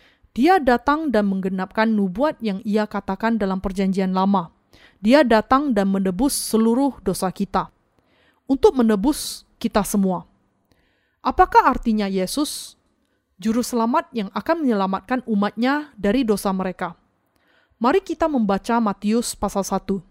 Dia datang dan menggenapkan nubuat yang ia katakan dalam Perjanjian Lama. Dia datang dan menebus seluruh dosa kita. Untuk menebus kita semua. Apakah artinya Yesus, Juru Selamat yang akan menyelamatkan umatnya dari dosa mereka? Mari kita membaca Matius pasal satu.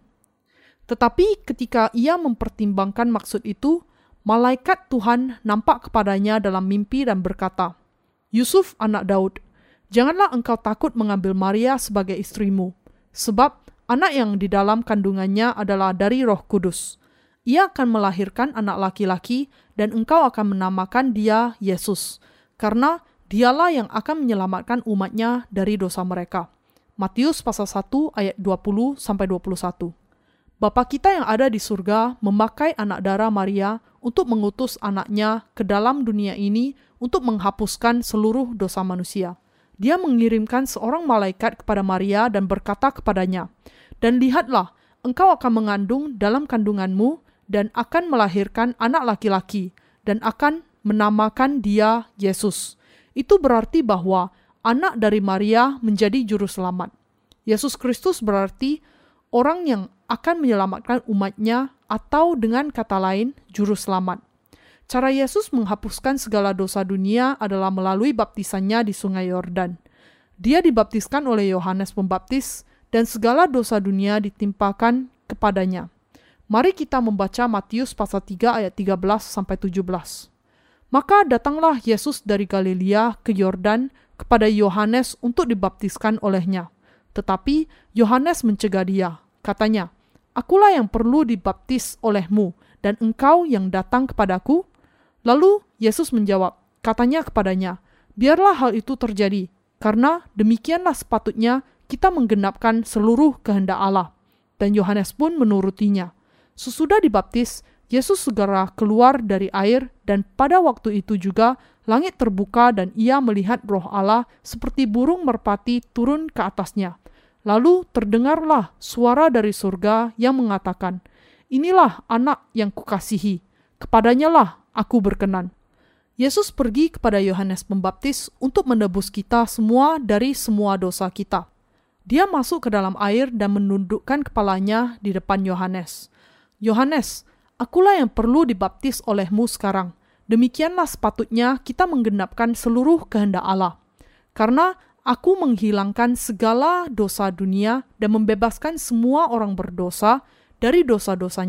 Tetapi ketika ia mempertimbangkan maksud itu, malaikat Tuhan nampak kepadanya dalam mimpi dan berkata, Yusuf anak Daud, janganlah engkau takut mengambil Maria sebagai istrimu, sebab anak yang di dalam kandungannya adalah dari Roh Kudus. Ia akan melahirkan anak laki-laki dan engkau akan menamakan dia Yesus, karena dialah yang akan menyelamatkan umatnya dari dosa mereka. Matius pasal satu ayat dua puluh sampai dua puluh satu. Bapa kita yang ada di surga memakai anak darah Maria untuk mengutus anaknya ke dalam dunia ini untuk menghapuskan seluruh dosa manusia. Dia mengirimkan seorang malaikat kepada Maria dan berkata kepadanya, dan lihatlah, engkau akan mengandung dalam kandunganmu dan akan melahirkan anak laki-laki dan akan menamakan dia Yesus. Itu berarti bahwa anak dari Maria menjadi juru selamat. Yesus Kristus berarti orang yang akan menyelamatkan umatnya atau dengan kata lain, juru selamat. Cara Yesus menghapuskan segala dosa dunia adalah melalui baptisannya di Sungai Yordan. Dia dibaptiskan oleh Yohanes Pembaptis dan segala dosa dunia ditimpakan kepadanya. Mari kita membaca Matius pasal tiga ayat tiga belas sampai tujuh belas. Maka datanglah Yesus dari Galilea ke Yordan kepada Yohanes untuk dibaptiskan olehnya. Tetapi Yohanes mencegah dia, katanya, Akulah yang perlu dibaptis olehmu, dan engkau yang datang kepadaku? Lalu Yesus menjawab, katanya kepadanya, biarlah hal itu terjadi, karena demikianlah sepatutnya kita menggenapkan seluruh kehendak Allah. Dan Yohanes pun menurutinya. Sesudah dibaptis, Yesus segera keluar dari air, dan pada waktu itu juga langit terbuka dan ia melihat Roh Allah seperti burung merpati turun ke atasnya. Lalu terdengarlah suara dari surga yang mengatakan, Inilah anak yang kukasihi, kepadanya lah aku berkenan. Yesus pergi kepada Yohanes Pembaptis untuk menebus kita semua dari semua dosa kita. Dia masuk ke dalam air dan menundukkan kepalanya di depan Yohanes. Yohanes, akulah yang perlu dibaptis olehmu sekarang. Demikianlah sepatutnya kita menggenapkan seluruh kehendak Allah. Karena aku menghilangkan segala dosa dunia dan membebaskan semua orang berdosa dari dosa-dosanya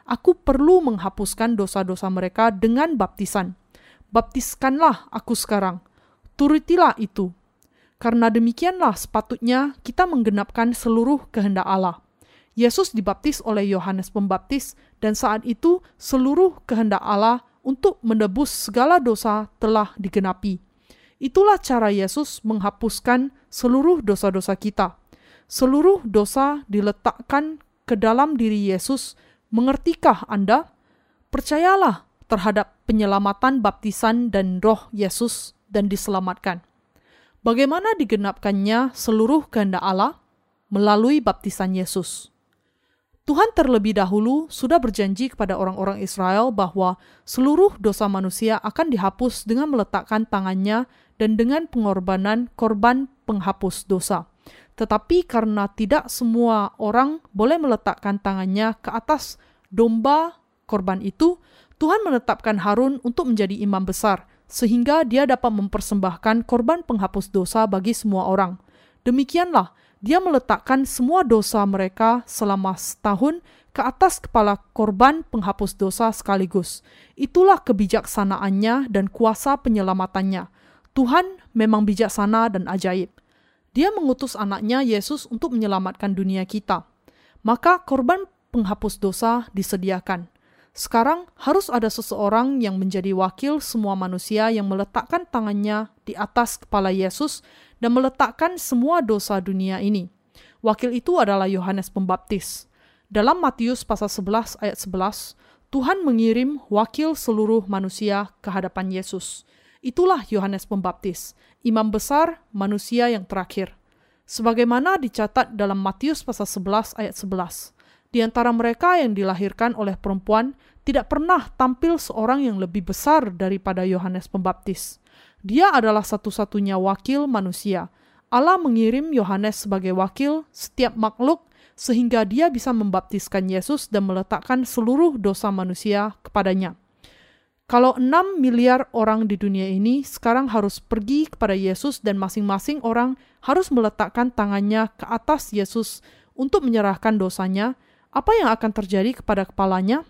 Aku perlu menghapuskan dosa-dosa mereka dengan baptisan. Baptiskanlah aku sekarang. Turutilah itu. Karena demikianlah sepatutnya kita menggenapkan seluruh kehendak Allah. Yesus dibaptis oleh Yohanes Pembaptis, dan saat itu seluruh kehendak Allah untuk menebus segala dosa telah digenapi. Itulah cara Yesus menghapuskan seluruh dosa-dosa kita. Seluruh dosa diletakkan ke dalam diri Yesus. Mengertikah Anda? Percayalah terhadap penyelamatan baptisan dan roh Yesus dan diselamatkan. Bagaimana digenapkannya seluruh kehendak Allah? Melalui baptisan Yesus. Tuhan terlebih dahulu sudah berjanji kepada orang-orang Israel bahwa seluruh dosa manusia akan dihapus dengan meletakkan tangannya dan dengan pengorbanan korban penghapus dosa. Tetapi karena tidak semua orang boleh meletakkan tangannya ke atas domba korban itu, Tuhan menetapkan Harun untuk menjadi imam besar, sehingga dia dapat mempersembahkan korban penghapus dosa bagi semua orang. Demikianlah, dia meletakkan semua dosa mereka selama setahun ke atas kepala korban penghapus dosa sekaligus. Itulah kebijaksanaannya dan kuasa penyelamatannya. Tuhan memang bijaksana dan ajaib. Dia mengutus anaknya Yesus untuk menyelamatkan dunia kita. Maka korban penghapus dosa disediakan. Sekarang harus ada seseorang yang menjadi wakil semua manusia yang meletakkan tangannya di atas kepala Yesus dan meletakkan semua dosa dunia ini. Wakil itu adalah Yohanes Pembaptis. Dalam Matius pasal sebelas ayat sebelas, Tuhan mengirim wakil seluruh manusia ke hadapan Yesus. Itulah Yohanes Pembaptis, imam besar manusia yang terakhir. Sebagaimana dicatat dalam Matius pasal sebelas ayat sebelas. Di antara mereka yang dilahirkan oleh perempuan, tidak pernah tampil seorang yang lebih besar daripada Yohanes Pembaptis. Dia adalah satu-satunya wakil manusia. Allah mengirim Yohanes sebagai wakil setiap makhluk sehingga dia bisa membaptiskan Yesus dan meletakkan seluruh dosa manusia kepadanya. Kalau enam miliar orang di dunia ini sekarang harus pergi kepada Yesus dan masing-masing orang harus meletakkan tangannya ke atas Yesus untuk menyerahkan dosanya, apa yang akan terjadi kepada kepalanya?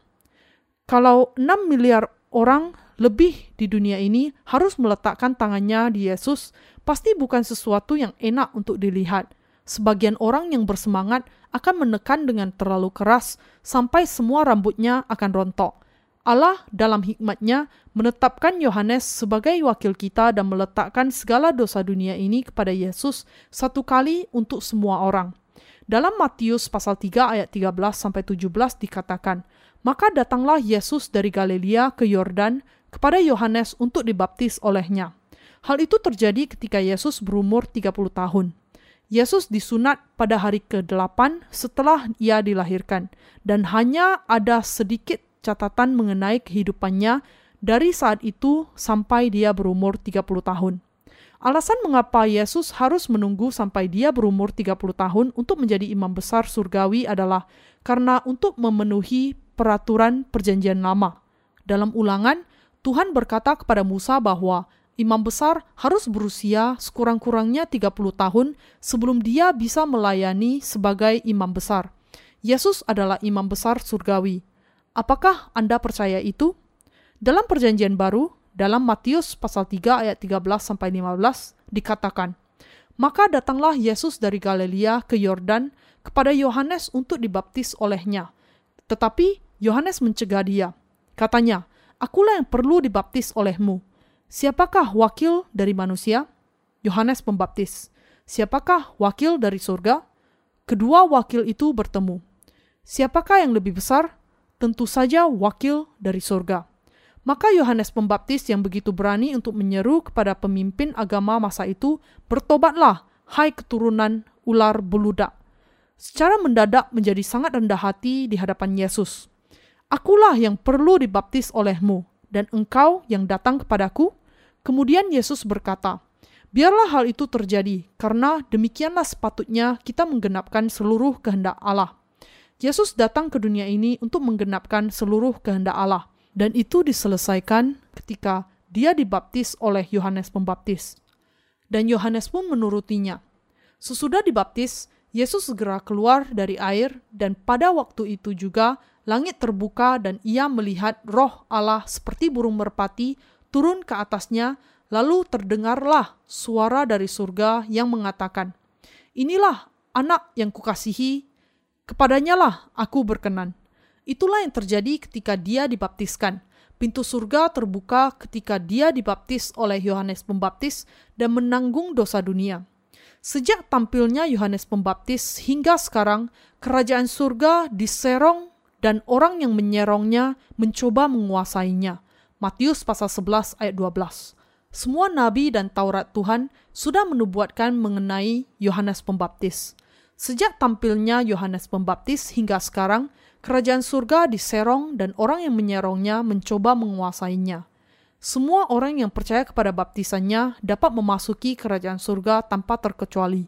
Kalau enam miliar orang lebih di dunia ini harus meletakkan tangannya di Yesus, pasti bukan sesuatu yang enak untuk dilihat. Sebagian orang yang bersemangat akan menekan dengan terlalu keras sampai semua rambutnya akan rontok. Allah dalam hikmatnya menetapkan Yohanes sebagai wakil kita dan meletakkan segala dosa dunia ini kepada Yesus satu kali untuk semua orang. Dalam Matius pasal tiga ayat tiga belas sampai tujuh belas dikatakan, "Maka datanglah Yesus dari Galilea ke Yordan kepada Yohanes untuk dibaptis olehnya." Hal itu terjadi ketika Yesus berumur tiga puluh tahun. Yesus disunat pada hari kedelapan setelah ia dilahirkan, dan hanya ada sedikit catatan mengenai kehidupannya dari saat itu sampai dia berumur tiga puluh tahun. Alasan mengapa Yesus harus menunggu sampai dia berumur tiga puluh tahun untuk menjadi imam besar surgawi adalah karena untuk memenuhi peraturan perjanjian lama. Dalam Ulangan, Tuhan berkata kepada Musa bahwa imam besar harus berusia sekurang-kurangnya tiga puluh tahun sebelum dia bisa melayani sebagai imam besar. Yesus adalah imam besar surgawi. Apakah Anda percaya itu? Dalam perjanjian baru, dalam Matius pasal tiga ayat tiga belas sampai lima belas dikatakan, "Maka datanglah Yesus dari Galilea ke Yordan kepada Yohanes untuk dibaptis olehnya. Tetapi Yohanes mencegah dia. Katanya, 'Akulah yang perlu dibaptis olehmu. Siapakah wakil dari manusia?' Yohanes Pembaptis. 'Siapakah wakil dari surga?' Kedua wakil itu bertemu. 'Siapakah yang lebih besar?' Tentu saja wakil dari surga. Maka Yohanes Pembaptis yang begitu berani untuk menyeru kepada pemimpin agama masa itu, "Bertobatlah, hai keturunan ular beludak." Secara mendadak menjadi sangat rendah hati di hadapan Yesus. "Akulah yang perlu dibaptis olehmu, dan engkau yang datang kepadaku?" Kemudian Yesus berkata, "Biarlah hal itu terjadi, karena demikianlah sepatutnya kita menggenapkan seluruh kehendak Allah." Yesus datang ke dunia ini untuk menggenapkan seluruh kehendak Allah. Dan itu diselesaikan ketika dia dibaptis oleh Yohanes Pembaptis. Dan Yohanes pun menurutinya. Sesudah dibaptis, Yesus segera keluar dari air, dan pada waktu itu juga langit terbuka dan ia melihat Roh Allah seperti burung merpati turun ke atasnya, lalu terdengarlah suara dari surga yang mengatakan, "Inilah anak yang kukasihi, kepadanya lah aku berkenan." Itulah yang terjadi ketika dia dibaptiskan. Pintu surga terbuka ketika dia dibaptis oleh Yohanes Pembaptis dan menanggung dosa dunia. Sejak tampilnya Yohanes Pembaptis hingga sekarang, kerajaan surga diserong dan orang yang menyerongnya mencoba menguasainya. Matius pasal sebelas ayat dua belas. Semua nabi dan Taurat Tuhan sudah menubuatkan mengenai Yohanes Pembaptis. Sejak tampilnya Yohanes Pembaptis hingga sekarang, kerajaan surga diserong dan orang yang menyerongnya mencoba menguasainya. Semua orang yang percaya kepada baptisannya dapat memasuki kerajaan surga tanpa terkecuali.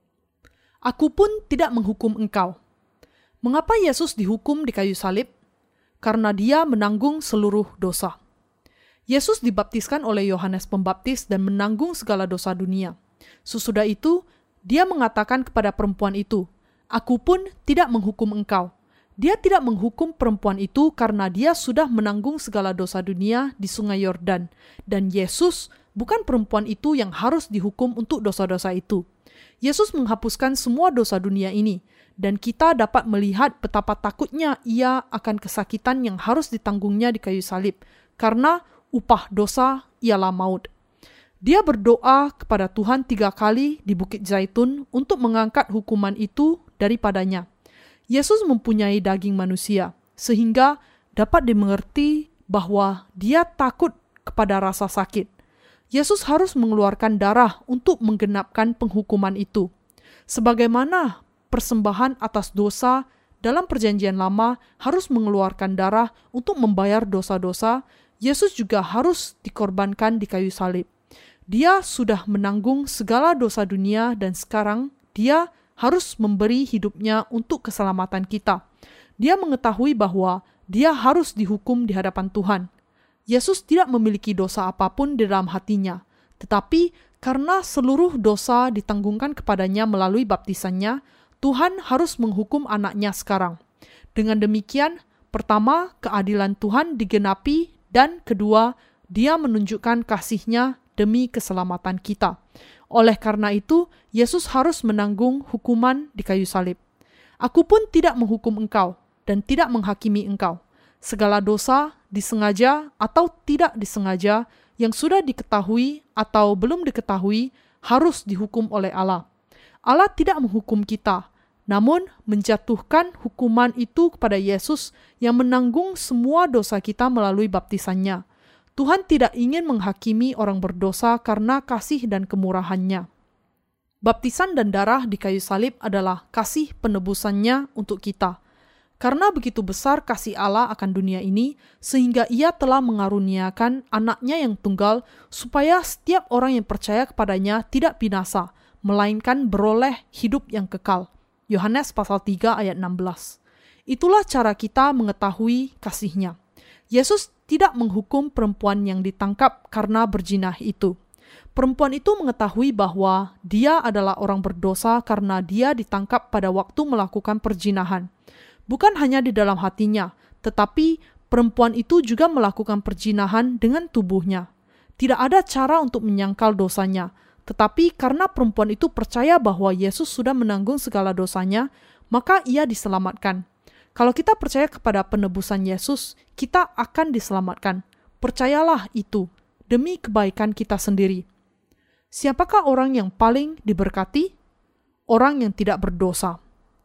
Aku pun tidak menghukum engkau. Mengapa Yesus dihukum di kayu salib? Karena dia menanggung seluruh dosa. Yesus dibaptiskan oleh Yohanes Pembaptis dan menanggung segala dosa dunia. Sesudah itu, dia mengatakan kepada perempuan itu, "Aku pun tidak menghukum engkau." Dia tidak menghukum perempuan itu karena dia sudah menanggung segala dosa dunia di sungai Yordan. Dan Yesus bukan perempuan itu yang harus dihukum untuk dosa-dosa itu. Yesus menghapuskan semua dosa dunia ini. Dan kita dapat melihat betapa takutnya ia akan kesakitan yang harus ditanggungnya di kayu salib. Karena upah dosa ialah maut. Dia berdoa kepada Tuhan tiga kali di Bukit Zaitun untuk mengangkat hukuman itu daripadanya. Yesus mempunyai daging manusia, sehingga dapat dimengerti bahwa dia takut kepada rasa sakit. Yesus harus mengeluarkan darah untuk menggenapkan penghukuman itu. Sebagaimana persembahan atas dosa dalam perjanjian lama harus mengeluarkan darah untuk membayar dosa-dosa, Yesus juga harus dikorbankan di kayu salib. Dia sudah menanggung segala dosa dunia dan sekarang dia harus memberi hidupnya untuk keselamatan kita. Dia mengetahui bahwa dia harus dihukum di hadapan Tuhan. Yesus tidak memiliki dosa apapun di dalam hatinya, tetapi karena seluruh dosa ditanggungkan kepadanya melalui baptisannya, Tuhan harus menghukum anaknya sekarang. Dengan demikian, pertama, keadilan Tuhan digenapi, dan kedua, dia menunjukkan kasih-Nya demi keselamatan kita. Oleh karena itu, Yesus harus menanggung hukuman di kayu salib. Aku pun tidak menghukum engkau dan tidak menghakimi engkau. Segala dosa, disengaja atau tidak disengaja, yang sudah diketahui atau belum diketahui, harus dihukum oleh Allah. Allah tidak menghukum kita, namun menjatuhkan hukuman itu kepada Yesus yang menanggung semua dosa kita melalui baptisannya. Tuhan tidak ingin menghakimi orang berdosa karena kasih dan kemurahan-Nya. Baptisan dan darah di kayu salib adalah kasih penebusannya untuk kita. Karena begitu besar kasih Allah akan dunia ini, sehingga Ia telah mengaruniakan anaknya yang tunggal, supaya setiap orang yang percaya kepadanya tidak binasa, melainkan beroleh hidup yang kekal. Yohanes pasal tiga ayat enam belas. Itulah cara kita mengetahui kasih-Nya. Yesus tidak menghukum perempuan yang ditangkap karena berzina itu. Perempuan itu mengetahui bahwa dia adalah orang berdosa karena dia ditangkap pada waktu melakukan perzinahan. Bukan hanya di dalam hatinya, tetapi perempuan itu juga melakukan perzinahan dengan tubuhnya. Tidak ada cara untuk menyangkal dosanya, tetapi karena perempuan itu percaya bahwa Yesus sudah menanggung segala dosanya, maka ia diselamatkan. Kalau kita percaya kepada penebusan Yesus, kita akan diselamatkan. Percayalah itu, demi kebaikan kita sendiri. Siapakah orang yang paling diberkati? Orang yang tidak berdosa.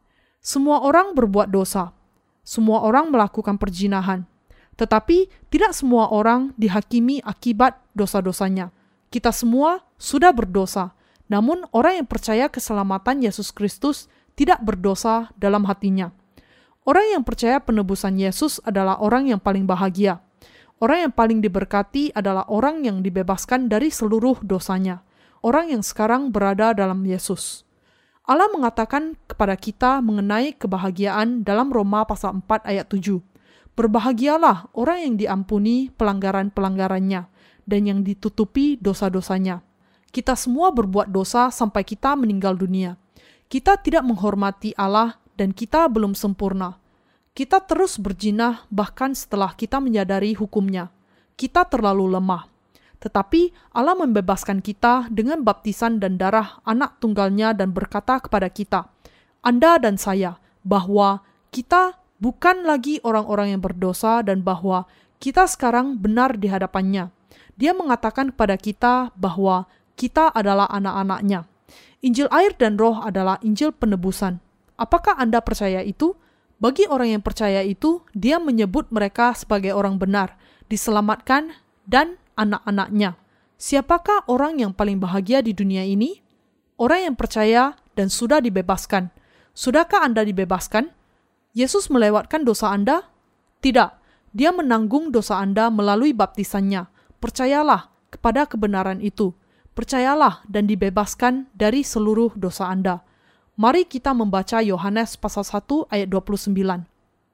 Semua orang berbuat dosa. Semua orang melakukan perzinahan. Tetapi tidak semua orang dihakimi akibat dosa-dosanya. Kita semua sudah berdosa. Namun orang yang percaya keselamatan Yesus Kristus tidak berdosa dalam hatinya. Orang yang percaya penebusan Yesus adalah orang yang paling bahagia. Orang yang paling diberkati adalah orang yang dibebaskan dari seluruh dosanya. Orang yang sekarang berada dalam Yesus. Allah mengatakan kepada kita mengenai kebahagiaan dalam Roma pasal empat ayat tujuh. Berbahagialah orang yang diampuni pelanggaran-pelanggarannya dan yang ditutupi dosa-dosanya. Kita semua berbuat dosa sampai kita meninggal dunia. Kita tidak menghormati Allah dan kita belum sempurna. Kita terus berjinah bahkan setelah kita menyadari hukumnya. Kita terlalu lemah. Tetapi Allah membebaskan kita dengan baptisan dan darah anak tunggalnya dan berkata kepada kita, Anda dan saya, bahwa kita bukan lagi orang-orang yang berdosa dan bahwa kita sekarang benar di hadapannya. Dia mengatakan kepada kita bahwa kita adalah anak-anaknya. Injil air dan roh adalah Injil penebusan. Apakah Anda percaya itu? Bagi orang yang percaya itu, dia menyebut mereka sebagai orang benar, diselamatkan, dan anak-anaknya. Siapakah orang yang paling bahagia di dunia ini? Orang yang percaya dan sudah dibebaskan. Sudahkah Anda dibebaskan? Yesus melewatkan dosa Anda? Tidak. Dia menanggung dosa Anda melalui baptisannya. Percayalah kepada kebenaran itu. Percayalah dan dibebaskan dari seluruh dosa Anda. Mari kita membaca Yohanes pasal satu ayat dua puluh sembilan.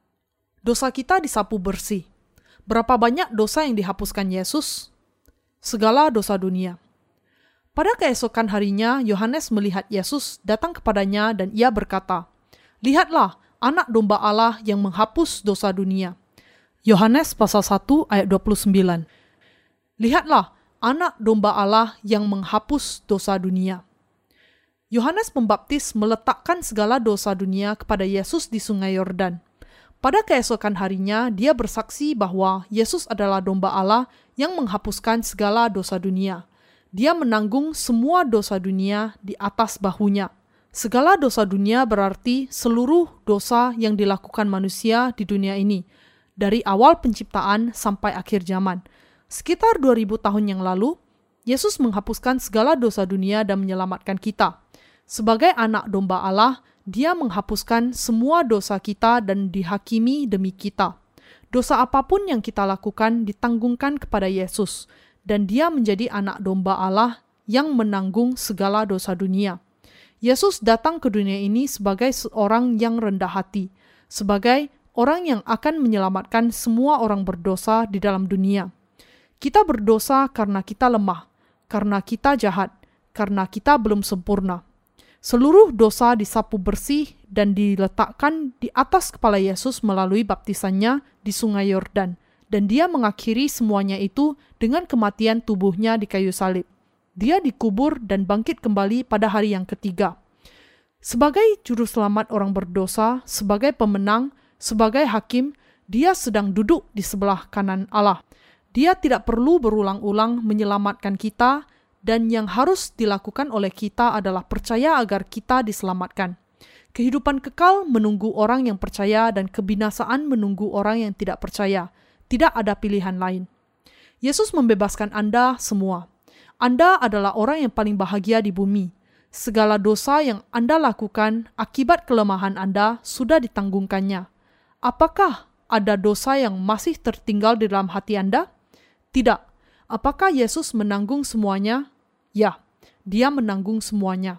Dosa kita disapu bersih. Berapa banyak dosa yang dihapuskan Yesus? Segala dosa dunia. Pada keesokan harinya, Yohanes melihat Yesus datang kepadanya dan ia berkata, Lihatlah, anak domba Allah yang menghapus dosa dunia. Yohanes pasal satu ayat dua puluh sembilan. Lihatlah, anak domba Allah yang menghapus dosa dunia. Yohanes Pembaptis meletakkan segala dosa dunia kepada Yesus di Sungai Yordan. Pada keesokan harinya, dia bersaksi bahwa Yesus adalah domba Allah yang menghapuskan segala dosa dunia. Dia menanggung semua dosa dunia di atas bahunya. Segala dosa dunia berarti seluruh dosa yang dilakukan manusia di dunia ini, dari awal penciptaan sampai akhir zaman. Sekitar dua ribu tahun yang lalu, Yesus menghapuskan segala dosa dunia dan menyelamatkan kita. Sebagai anak domba Allah, Dia menghapuskan semua dosa kita dan dihakimi demi kita. Dosa apapun yang kita lakukan ditanggungkan kepada Yesus, dan Dia menjadi anak domba Allah yang menanggung segala dosa dunia. Yesus datang ke dunia ini sebagai seorang yang rendah hati, sebagai orang yang akan menyelamatkan semua orang berdosa di dalam dunia. Kita berdosa karena kita lemah, karena kita jahat, karena kita belum sempurna. Seluruh dosa disapu bersih dan diletakkan di atas kepala Yesus melalui baptisannya di Sungai Yordan, dan Dia mengakhiri semuanya itu dengan kematian tubuhnya di kayu salib. Dia dikubur dan bangkit kembali pada hari yang ketiga. Sebagai juru selamat orang berdosa, sebagai pemenang, sebagai hakim, Dia sedang duduk di sebelah kanan Allah. Dia tidak perlu berulang-ulang menyelamatkan kita, dan yang harus dilakukan oleh kita adalah percaya agar kita diselamatkan. Kehidupan kekal menunggu orang yang percaya dan kebinasaan menunggu orang yang tidak percaya. Tidak ada pilihan lain. Yesus membebaskan Anda semua. Anda adalah orang yang paling bahagia di bumi. Segala dosa yang Anda lakukan akibat kelemahan Anda sudah ditanggungkannya. Apakah ada dosa yang masih tertinggal di dalam hati Anda? Tidak. Apakah Yesus menanggung semuanya? Ya, Dia menanggung semuanya.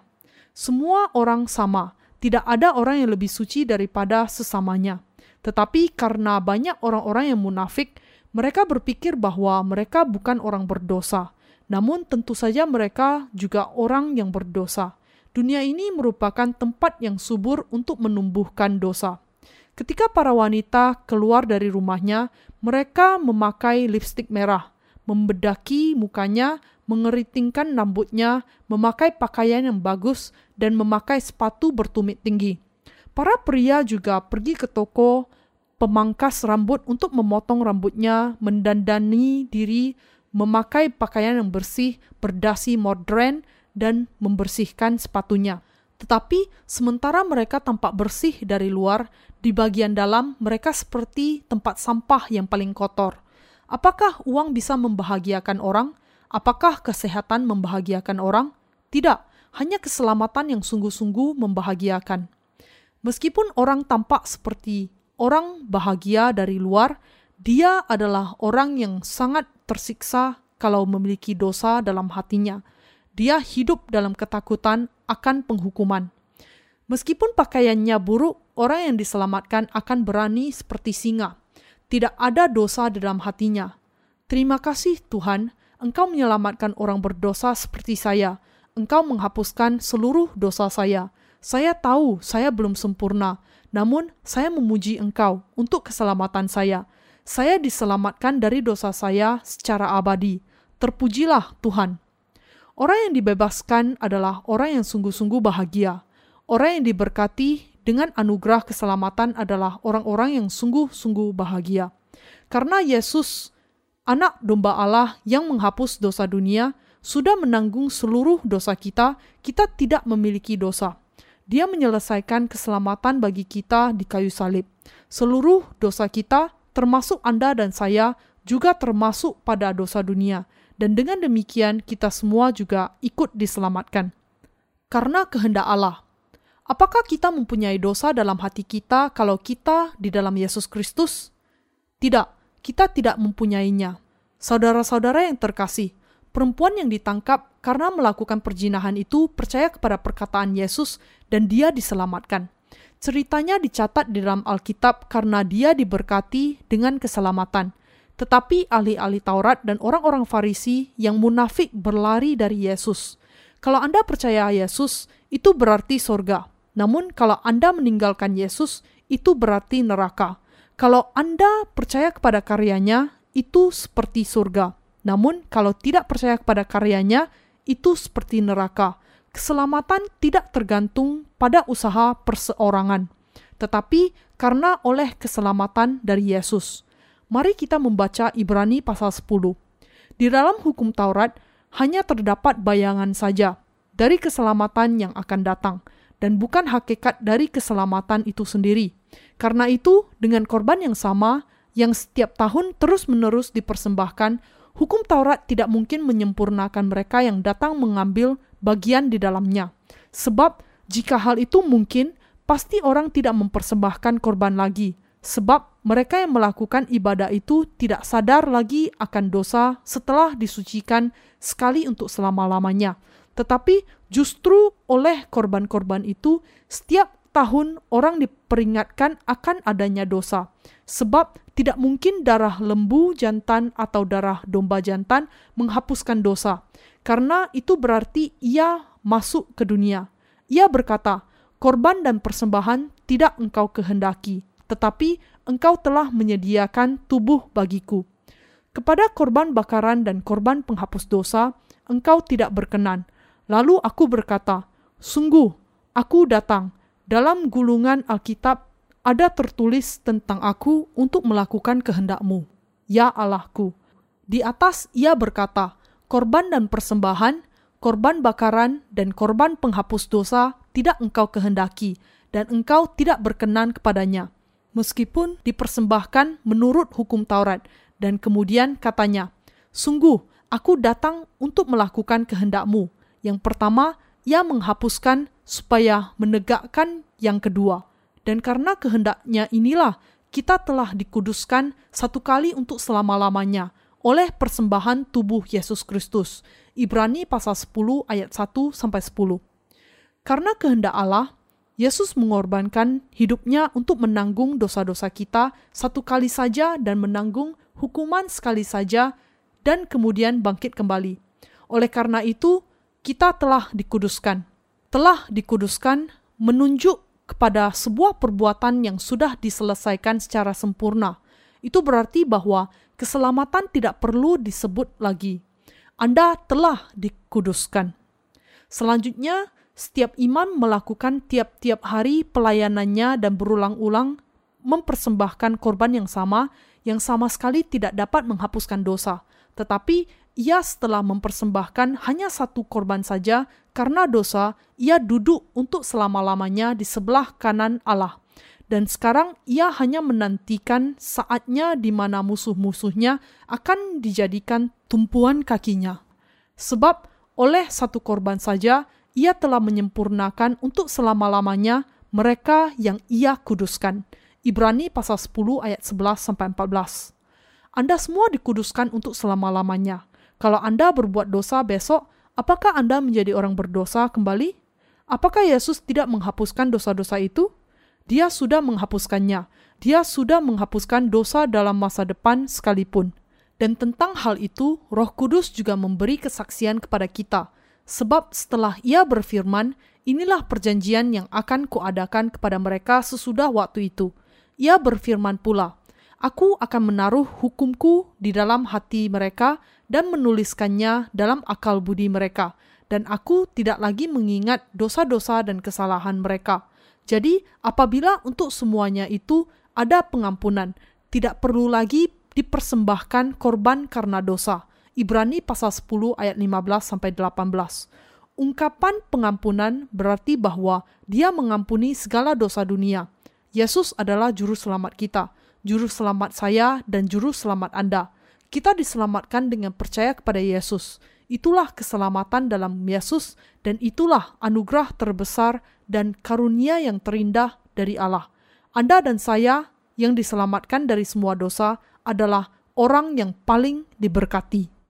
Semua orang sama. Tidak ada orang yang lebih suci daripada sesamanya. Tetapi karena banyak orang-orang yang munafik, mereka berpikir bahwa mereka bukan orang berdosa. Namun tentu saja mereka juga orang yang berdosa. Dunia ini merupakan tempat yang subur untuk menumbuhkan dosa. Ketika para wanita keluar dari rumahnya, mereka memakai lipstik merah, membedaki mukanya, mengeritingkan rambutnya, memakai pakaian yang bagus, dan memakai sepatu bertumit tinggi. Para pria juga pergi ke toko pemangkas rambut untuk memotong rambutnya, mendandani diri, memakai pakaian yang bersih, berdasi modern, dan membersihkan sepatunya. Tetapi sementara mereka tampak bersih dari luar, di bagian dalam mereka seperti tempat sampah yang paling kotor. Apakah uang bisa membahagiakan orang? Apakah kesehatan membahagiakan orang? Tidak, hanya keselamatan yang sungguh-sungguh membahagiakan. Meskipun orang tampak seperti orang bahagia dari luar, dia adalah orang yang sangat tersiksa kalau memiliki dosa dalam hatinya. Dia hidup dalam ketakutan akan penghukuman. Meskipun pakaiannya buruk, orang yang diselamatkan akan berani seperti singa. Tidak ada dosa di dalam hatinya. Terima kasih Tuhan, Engkau menyelamatkan orang berdosa seperti saya. Engkau menghapuskan seluruh dosa saya. Saya tahu saya belum sempurna, namun saya memuji Engkau untuk keselamatan saya. Saya diselamatkan dari dosa saya secara abadi. Terpujilah Tuhan. Orang yang dibebaskan adalah orang yang sungguh-sungguh bahagia. Orang yang diberkati dengan anugerah keselamatan adalah orang-orang yang sungguh-sungguh bahagia. Karena Yesus, anak domba Allah yang menghapus dosa dunia, sudah menanggung seluruh dosa kita, kita tidak memiliki dosa. Dia menyelesaikan keselamatan bagi kita di kayu salib. Seluruh dosa kita, termasuk Anda dan saya, juga termasuk pada dosa dunia. Dan dengan demikian kita semua juga ikut diselamatkan. Karena kehendak Allah. Apakah kita mempunyai dosa dalam hati kita kalau kita di dalam Yesus Kristus? Tidak, kita tidak mempunyainya. Saudara-saudara yang terkasih, perempuan yang ditangkap karena melakukan perzinahan itu percaya kepada perkataan Yesus dan dia diselamatkan. Ceritanya dicatat di dalam Alkitab karena dia diberkati dengan keselamatan. Tetapi ahli-ahli Taurat dan orang-orang Farisi yang munafik berlari dari Yesus. Kalau Anda percaya Yesus, itu berarti sorga. Namun kalau Anda meninggalkan Yesus, itu berarti neraka. Kalau Anda percaya kepada karyanya, itu seperti surga. Namun kalau tidak percaya kepada karyanya, itu seperti neraka. Keselamatan tidak tergantung pada usaha perseorangan, tetapi karena oleh keselamatan dari Yesus. Mari kita membaca Ibrani pasal sepuluh. Di dalam hukum Taurat, hanya terdapat bayangan saja dari keselamatan yang akan datang, dan bukan hakikat dari keselamatan itu sendiri. Karena itu, dengan korban yang sama, yang setiap tahun terus-menerus dipersembahkan, hukum Taurat tidak mungkin menyempurnakan mereka yang datang mengambil bagian di dalamnya. Sebab, jika hal itu mungkin, pasti orang tidak mempersembahkan korban lagi. Sebab mereka yang melakukan ibadah itu tidak sadar lagi akan dosa setelah disucikan sekali untuk selama-lamanya. Tetapi justru oleh korban-korban itu, setiap tahun orang diperingatkan akan adanya dosa. Sebab tidak mungkin darah lembu jantan atau darah domba jantan menghapuskan dosa. Karena itu berarti ia masuk ke dunia. Ia berkata, korban dan persembahan tidak engkau kehendaki, tetapi engkau telah menyediakan tubuh bagiku. Kepada korban bakaran dan korban penghapus dosa, engkau tidak berkenan. Lalu aku berkata, sungguh, aku datang. Dalam gulungan Alkitab ada tertulis tentang aku untuk melakukan kehendakmu, ya Allahku. Di atas ia berkata, korban dan persembahan, korban bakaran dan korban penghapus dosa tidak engkau kehendaki, dan engkau tidak berkenan kepadanya. Meskipun dipersembahkan menurut hukum Taurat, dan kemudian katanya, sungguh, aku datang untuk melakukan kehendakmu. Yang pertama, ia menghapuskan supaya menegakkan yang kedua. Dan karena kehendaknya inilah, kita telah dikuduskan satu kali untuk selama-lamanya oleh persembahan tubuh Yesus Kristus. Ibrani pasal sepuluh ayat satu sampai sepuluh. Karena kehendak Allah, Yesus mengorbankan hidupnya untuk menanggung dosa-dosa kita satu kali saja dan menanggung hukuman sekali saja dan kemudian bangkit kembali. Oleh karena itu, kita telah dikuduskan. Telah dikuduskan menunjuk kepada sebuah perbuatan yang sudah diselesaikan secara sempurna. Itu berarti bahwa keselamatan tidak perlu disebut lagi. Anda telah dikuduskan. Selanjutnya, setiap imam melakukan tiap-tiap hari pelayanannya dan berulang-ulang mempersembahkan korban yang sama, yang sama sekali tidak dapat menghapuskan dosa. Tetapi ia setelah mempersembahkan hanya satu korban saja, karena dosa, ia duduk untuk selama-lamanya di sebelah kanan Allah. Dan sekarang ia hanya menantikan saatnya di mana musuh-musuhnya akan dijadikan tumpuan kakinya. Sebab oleh satu korban saja, ia telah menyempurnakan untuk selama-lamanya mereka yang ia kuduskan. Ibrani pasal sepuluh ayat sebelas sampai empat belas. Anda semua dikuduskan untuk selama-lamanya. Kalau Anda berbuat dosa besok, apakah Anda menjadi orang berdosa kembali? Apakah Yesus tidak menghapuskan dosa-dosa itu? Dia sudah menghapuskannya. Dia sudah menghapuskan dosa dalam masa depan sekalipun. Dan tentang hal itu, Roh Kudus juga memberi kesaksian kepada kita. Sebab setelah Ia berfirman, inilah perjanjian yang akan kuadakan kepada mereka sesudah waktu itu. Ia berfirman pula, Aku akan menaruh hukumku di dalam hati mereka dan menuliskannya dalam akal budi mereka. Dan aku tidak lagi mengingat dosa-dosa dan kesalahan mereka. Jadi apabila untuk semuanya itu ada pengampunan, tidak perlu lagi dipersembahkan korban karena dosa. Ibrani pasal sepuluh ayat lima belas sampai delapan belas. Ungkapan pengampunan berarti bahwa Dia mengampuni segala dosa dunia. Yesus adalah juru selamat kita, juru selamat saya dan juru selamat Anda. Kita diselamatkan dengan percaya kepada Yesus. Itulah keselamatan dalam Yesus dan itulah anugerah terbesar dan karunia yang terindah dari Allah. Anda dan saya yang diselamatkan dari semua dosa adalah orang yang paling diberkati.